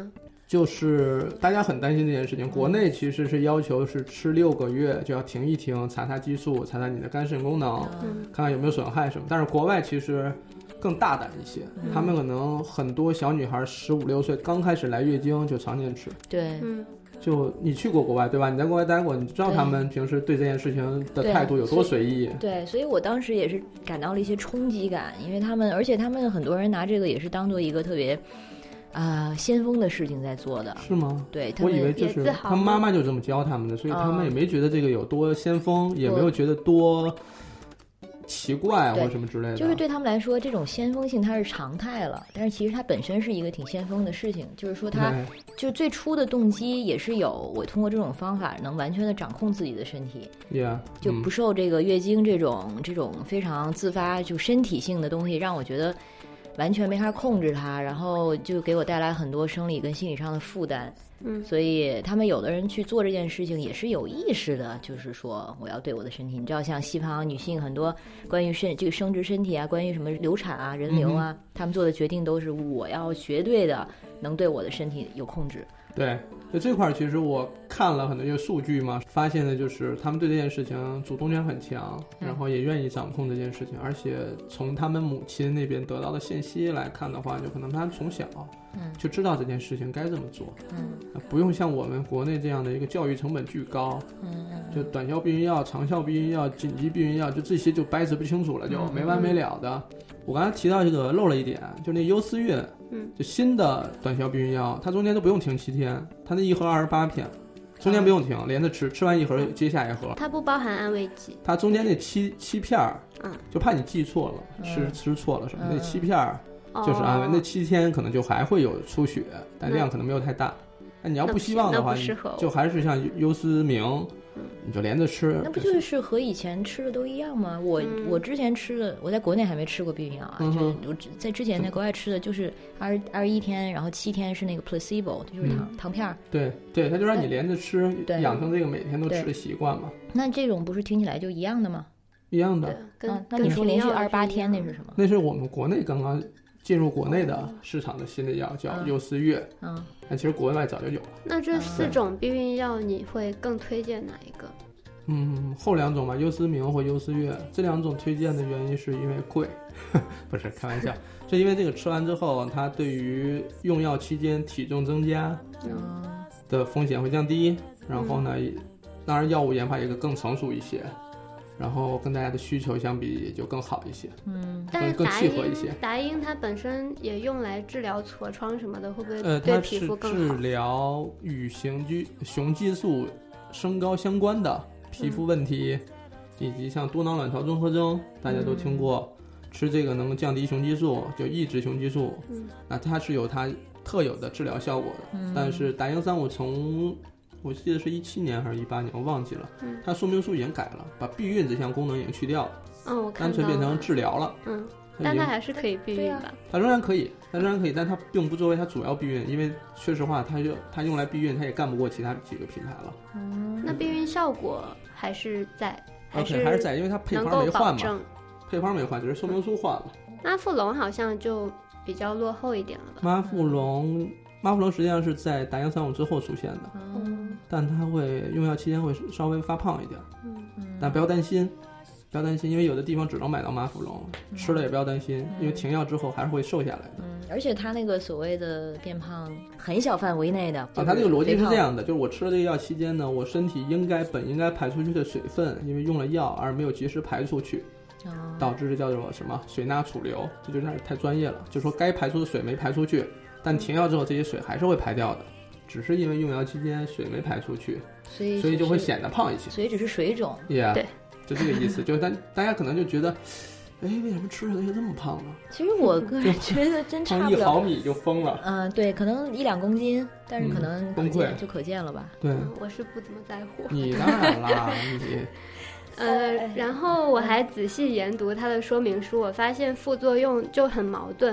就是大家很担心这件事情，国内其实是要求是吃六个月就要停一停，查查激素，查查你的肝肾功能， 嗯、 看看有没有损害什么。但是国外其实更大胆一些， 嗯、 他们可能很多小女孩十五六岁刚开始来月经就常年吃。 对， 嗯， 就你去过国外对吧？你在国外待过，你知道他们平时对这件事情的态度有多随意。 对，对，所以我当时也是感到了一些冲击感，因为他们，而且他们很多人拿这个也是当做一个特别。啊、呃，先锋的事情在做的是吗？ 对， 我以为就是他们妈妈就这么教他们的，所以他们也没觉得这个有多先锋，嗯、也没有觉得多奇怪或什么之类的。 就是对他们来说，这种先锋性它是常态了，但是其实它本身是一个挺先锋的事情。就是说，它就最初的动机也是有我通过这种方法能完全的掌控自己的身体， yeah, 就不受这个月经这种、嗯、这种非常自发就身体性的东西让我觉得。完全没法控制它，然后就给我带来很多生理跟心理上的负担。 嗯， 所以他们有的人去做这件事情也是有意识的，就是说我要对我的身体，你知道像西方女性很多关于身这个生殖身体啊，关于什么流产啊、人流啊，他、嗯、们做的决定都是我要绝对的能对我的身体有控制。 对，就这块其实我看了很多这个数据嘛，发现的就是他们对这件事情主动权很强，然后也愿意掌控这件事情，而且从他们母亲那边得到的信息来看的话，就可能他们从小就知道这件事情该这么做， 嗯， 不用像我们国内这样的一个教育成本巨高， 嗯， 就短效避孕药、长效避孕药、紧急避孕药，就这些就掰扯不清楚了，就没完没了的。嗯、我刚才提到这个漏了一点，就那优思悦。 嗯， 就新的短效避孕药，它中间都不用停七天，它那一盒二十八片，中间不用停，连着吃，吃完一盒接下一盒。 它不包含安慰剂。 它中间那七七片儿， 嗯， 就怕你记错了，吃、嗯、吃错了什么， 嗯、 那七片儿就是安慰， 哦、 那七天可能就还会有出血，但量可能没有太大。那你要不希望的话，你就还是像优思明。你就连着吃， 那不就是和以前吃的都一样吗？我、嗯、我之前吃的，我在国内还没吃过避孕药啊， 嗯、 就我在之前在国外吃的就是二二十一天，然后七天是那个 placebo， 就是糖、嗯、糖片儿。 对对，它就让你连着吃，养成这个每天都吃的习惯嘛。 那这种不是听起来就一样的吗？ 一样的。 啊，那你说连续二十八天那是什么？ 那是我们国内刚刚进入国内的市场的新的药，叫优思悦。 嗯， 但其实国外早就有了。 那这四种避孕药，你会更推荐哪一个？ 嗯，后两种吧，优思明或优思悦，这两种推荐的原因是因为贵，不是开玩笑，是因为这个吃完之后，它对于用药期间体重增加的风险会降低，然后呢， 嗯、 当然药物研发也更成熟一些，然后跟大家的需求相比也就更好一些， 嗯， 但是更契合一些。 达英它本身也用来治疗痤疮什么的，会不会呃， 对皮肤更好？ 它是治疗与雄激雄激素升高相关的皮肤问题，嗯、以及像多囊卵巢综合征，大家都听过，嗯、吃这个能降低雄激素，就抑制雄激素， 嗯、 那它是有它特有的治疗效果的。 嗯、 但是达英三五从我记得是一七年还是一八年，我忘记了， 嗯、 它说明书已经改了，把避孕这项功能已经去掉了， 嗯、我看单纯变成治疗了。 嗯，但它还是可以避孕吧？ 它仍然可以，它仍然可以，但它并不作为它主要避孕，因为说实话，它就它用来避孕，它也干不过其他几个品牌了。 嗯，那避孕效果还是在，还是 OK 还是在，因为它配方没换嘛，配方没换，只是说明书换了。 妈富隆好像就比较落后一点了吧？ 妈富隆，妈富隆实际上是在达英三五之后出现的， 嗯， 但它会用药期间会稍微发胖一点， 嗯， 但不要担心。不要担心，因为有的地方只能买到妈富隆，嗯、吃了也不要担心，因为停药之后还是会瘦下来的。 嗯，而且它那个所谓的变胖，很小范围内的。 啊，它这个逻辑是这样的，就是我吃了这个药期间呢，我身体应该本应该排出去的水分，因为用了药而没有及时排出去， 哦、 导致这叫做什么水钠储留，这就有点太专业了。就是说该排出的水没排出去，但停药之后这些水还是会排掉的，只是因为用药期间水没排出去， 所以所以就会显得胖一些。 所以只是水肿。 Yeah, 对。 就这个意思，就是大大家可能就觉得，哎，为什么吃了就这么胖呢？ 其实我个人觉得真差不了， 一毫米就疯了。 嗯，对，可能一两公斤，但是可能崩溃就可见了吧。 对、 嗯，我是不怎么在乎。 你当然啦，你。 呃，然后我还仔细研读它的说明书，我发现副作用就很矛盾。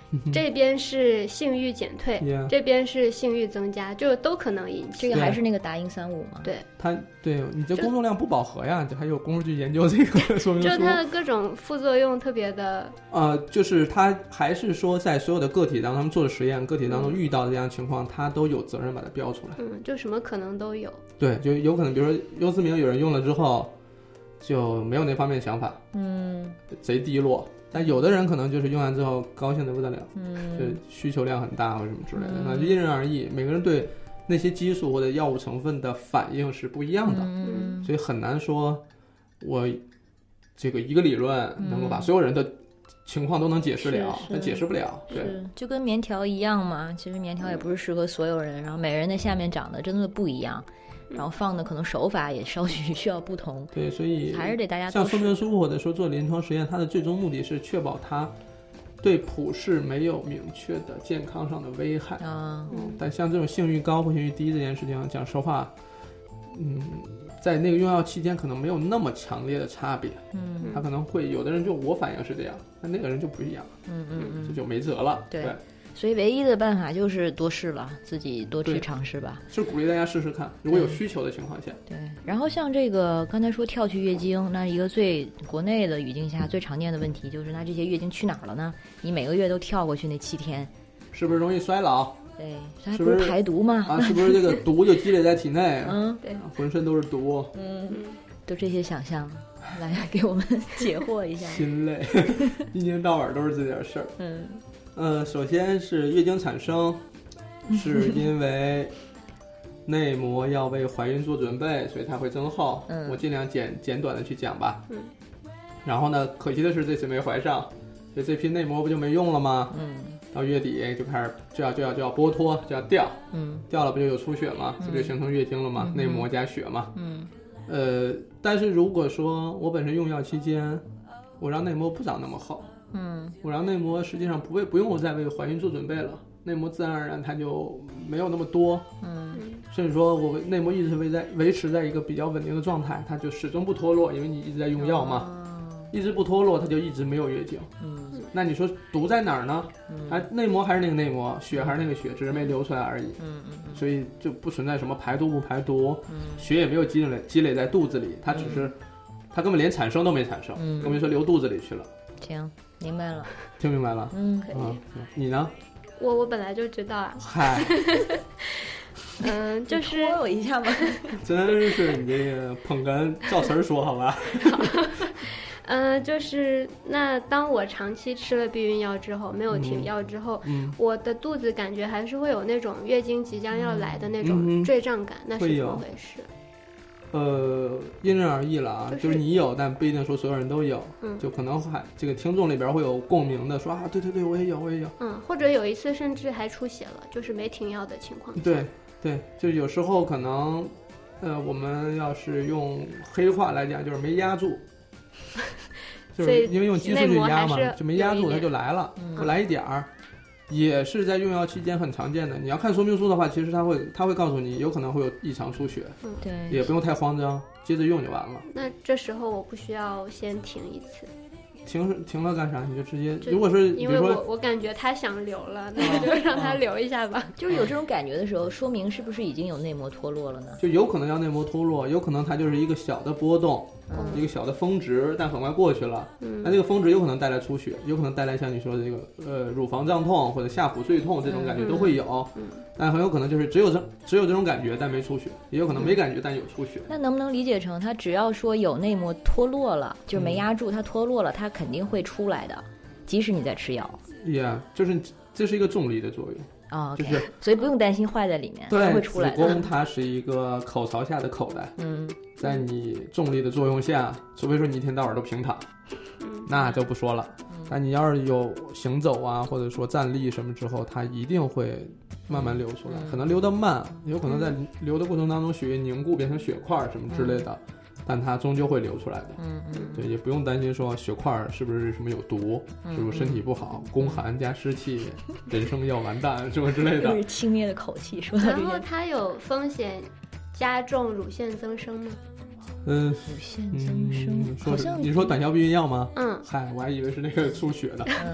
这边是性欲减退， yeah. 这边是性欲增加，就都可能引起。 这个还是那个达因三五吗？ 对， 它对你这工作量不饱和呀，这还有功夫去研究这个说明书。 就是它的各种副作用特别的。 呃，就是它还是说在所有的个体当中，他们做的实验，个体当中遇到的这样的情况，它都有责任把它标出来。 嗯，就什么可能都有。 对，就有可能，比如说优思明有人用了之后就没有那方面想法， 嗯， 贼低落。但有的人可能就是用完之后高兴得不得了， 嗯， 就需求量很大或者什么之类的，那就因人而异，每个人对那些激素或者药物成分的反应是不一样的， 嗯， 所以很难说我这个一个理论能够把所有人的情况都能解释了，它解释不了。对， 就跟棉条一样嘛，其实棉条也不是适合所有人，然后每个人的下面长得真的不一样，然后放的可能手法也稍许需要不同。 对，所以还是得大家像说明书或者说做临床实验，它的最终目的是确保它对普世没有明确的健康上的危害啊。 嗯，但像这种性欲高或性欲低这件事情，讲实话，嗯，在那个用药期间可能没有那么强烈的差别。 嗯， 他可能会有的人就我反应是这样，那那个人就不一样。 嗯嗯嗯， 这就没辙了。 对。 对， 所以唯一的办法就是多试了，自己多去尝试吧。 是鼓励大家试试看，如果有需求的情况下。 对。然后像这个刚才说跳去月经，那一个最国内的语境下最常见的问题就是，那这些月经去哪儿了呢？你每个月都跳过去那七天， 是不是容易衰老？ 对，它还不是排毒吗？ 啊，是不是这个毒就积累在体内？ 嗯， 对， 浑身都是毒。 嗯，都这些想象，来给我们解惑一下。 心累，一年到晚都是这点事儿。 嗯。 呃，首先是月经产生，是因为内膜要为怀孕做准备，所以它会增厚。 嗯， 我尽量简简短的去讲吧。 嗯。 然后呢，可惜的是这次没怀上，所以这批内膜不就没用了吗？ 嗯。 到月底就开始就要就要就要剥脱，就要掉。 嗯。掉了不就有出血吗？ 嗯、 这不就形成月经了吗？ 嗯、 内膜加血嘛。 嗯。 呃，但是如果说我本身用药期间，我让内膜不长那么厚。 嗯， 我让内膜实际上不为不用我再为怀孕做准备了，内膜自然而然它就没有那么多， 嗯， 甚至说我内膜一直维在维持在一个比较稳定的状态，它就始终不脱落，因为你一直在用药嘛， 哦、 一直不脱落，它就一直没有月经。 嗯， 那你说毒在哪儿呢？ 嗯， 还内膜还是那个内膜，血还是那个血，只是没流出来而已。 嗯嗯嗯， 所以就不存在什么排毒不排毒， 嗯， 血也没有积累积累在肚子里，它只是、嗯、它根本连产生都没产生， 嗯， 更别说流肚子里去了。 行，明白了， 听明白了。 嗯，可以。 嗯，你呢？ 我我本来就知道啊。 嗨， 嗯，就是拖我一下吧。 真是你这个捧哏照词儿说好吧？ 嗯、呃，就是那当我长期吃了避孕药之后，没有停药之后， 嗯， 我的肚子感觉还是会有那种月经即将要来的那种坠胀感， 嗯、 那是怎么回事？ 呃，因人而异了啊， 就是、 就是你有，但不一定说所有人都有。 嗯， 就可能还这个听众里边会有共鸣的，说啊，对对对，我也有，我也有。 嗯，或者有一次甚至还出血了，就是没停药的情况下。 对对，就有时候可能，呃，我们要是用黑话来讲，就是没压住，就是因为用激素去压嘛，就没压住，它就来了， 嗯、 就来一点儿。也是在用药期间很常见的。你要看说明书的话，其实它会它会告诉你有可能会有异常出血， 嗯， 对， 也不用太慌张，接着用就完了。 那这时候我不需要先停一次？ 停停了干啥？你就直接，如果是因为我我感觉他想流了，那我就让他流一下吧。 就是有这种感觉的时候，说明是不是已经有内膜脱落了呢？ 就有可能要内膜脱落，有可能它就是一个小的波动。 嗯、 一个小的峰值，但很快过去了。 嗯， 那这个峰值有可能带来出血，有可能带来像你说的这个呃乳房胀痛或者下腹坠痛这种感觉都会有。 嗯， 但很有可能就是只有这只有这种感觉，但没出血，也有可能没感觉、嗯、但有出血。 那能不能理解成，它只要说有内膜脱落了，就没压住，它脱落了，它肯定会出来的，即使你在吃药。 Yeah， 就是这是一个重力的作用。 哦、okay， 就是所以不用担心坏在里面，它会出来的。 子宫它是一个口槽下的口袋， 嗯， 在你重力的作用下，除非说你一天到晚都平躺， 嗯， 那就不说了。 嗯、 但你要是有行走啊，或者说站立什么之后，它一定会慢慢流出来， 嗯、 可能流得慢，有可能在流的过程当中血液凝固变成血块什么之类的。嗯，但它终究会流出来的。 嗯嗯， 对，也不用担心说血块是不是什么有毒， 嗯、 是不是身体不好，嗯、宫寒加湿气，人生要完蛋什么之类的。 就是轻蔑的口气说到这些。 然后它有风险加重乳腺增生吗？ 嗯， 乳腺增生， 嗯、 好像你说短效避孕药吗？ 嗯， 嗨，我还以为是那个出血的。 嗯，是。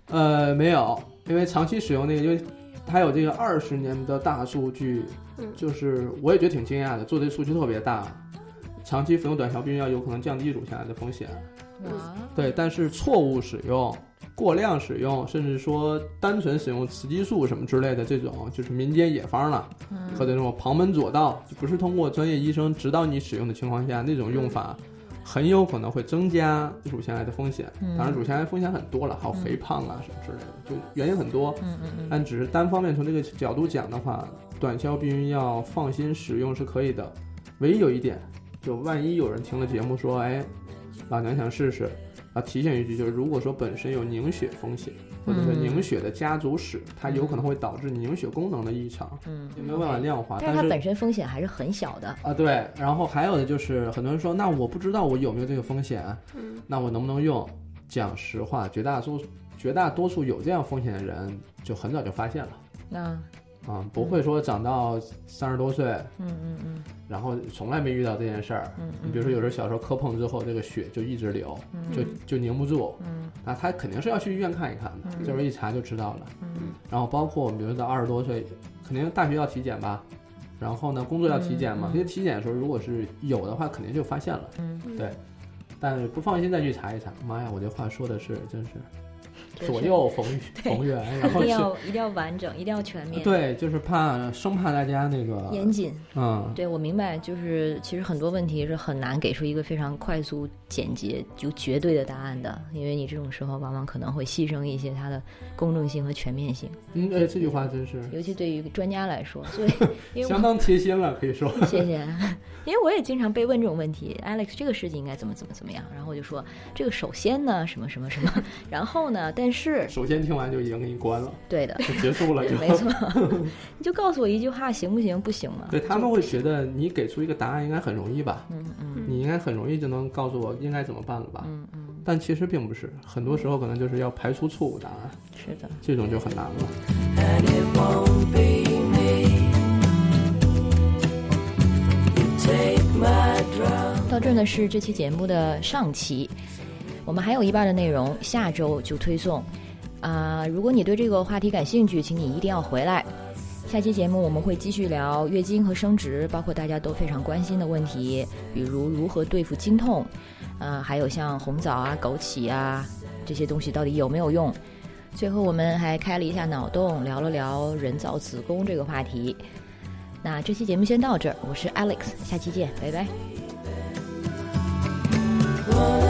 呃，没有，因为长期使用那个，因为它有这个二十年的大数据，就是我也觉得挺惊讶的，做这数据特别大，长期服用短效避孕药有可能降低乳腺癌的风险。对，但是错误使用、过量使用，甚至说单纯使用雌激素什么之类的这种，就是民间野方了，嗯、或者那种旁门左道，不是通过专业医生指导你使用的情况下，那种用法很有可能会增加乳腺癌的风险。当然，乳腺癌风险很多了，还有肥胖啊什么之类的，就原因很多。嗯嗯嗯。但只是单方面从这个角度讲的话，短效避孕药放心使用是可以的。唯一有一点，就万一有人听了节目说，哎。老娘想试试啊！提醒一句，就是如果说本身有凝血风险，或者是凝血的家族史，嗯、它有可能会导致凝血功能的异常，嗯，也没有办法量化。 但是它本身风险还是很小的啊。对，然后还有的就是很多人说，那我不知道我有没有这个风险，嗯，那我能不能用？讲实话，绝大多数绝大多数有这样风险的人，就很早就发现了。 那。 啊、嗯，不会说长到三十多岁， 嗯嗯嗯， 然后从来没遇到这件事儿，嗯嗯，你比如说有时候小时候磕碰之后，这个血就一直流，嗯、就就凝不住，嗯，那他肯定是要去医院看一看的，嗯、这时候一查就知道了，嗯，然后包括我们比如说到二十多岁，肯定大学要体检吧，然后呢工作要体检嘛，这些、嗯、体检的时候如果是有的话，肯定就发现了，嗯，对，但是不放心再去查一查，妈呀，我这话说的是真是。左右逢逢源，然后一定要一定要完整，一定要全面。 对，就是怕生怕大家那个严谨。 嗯， 对，我明白，就是其实很多问题是很难给出一个非常快速、简洁就绝对的答案的，因为你这种时候往往可能会牺牲一些它的公正性和全面性。 嗯，哎，这句话真是， 尤其对于专家来说，所以因为相当贴心了，可以说。 谢谢，因为我也经常被问这种问题 ，Alex， 这个事情应该怎么怎么怎么样，然后我就说这个首先呢，什么什么什么，然后呢，但是首先听完就已经给你关了， 对的， 就结束了就， 没错，你就告诉我一句话行不行？不行吗？ 对，他们会觉得你给出一个答案应该很容易吧？嗯嗯，你应该很容易就能告诉我应该怎么办了吧？嗯嗯，但其实并不是，很多时候可能就是要排除错误答案。 是的， 这种就很难了。 And it won't be me. You take my drum. 到这呢是这期节目的上期。我们还有一半的内容下周就推送啊、呃！如果你对这个话题感兴趣，请你一定要回来。下期节目我们会继续聊月经和生殖，包括大家都非常关心的问题，比如如何对付经痛，呃，还有像红枣啊、枸杞啊这些东西到底有没有用。最后我们还开了一下脑洞，聊了聊人造子宫这个话题。那这期节目先到这儿，我是 Alex， 下期见，拜拜。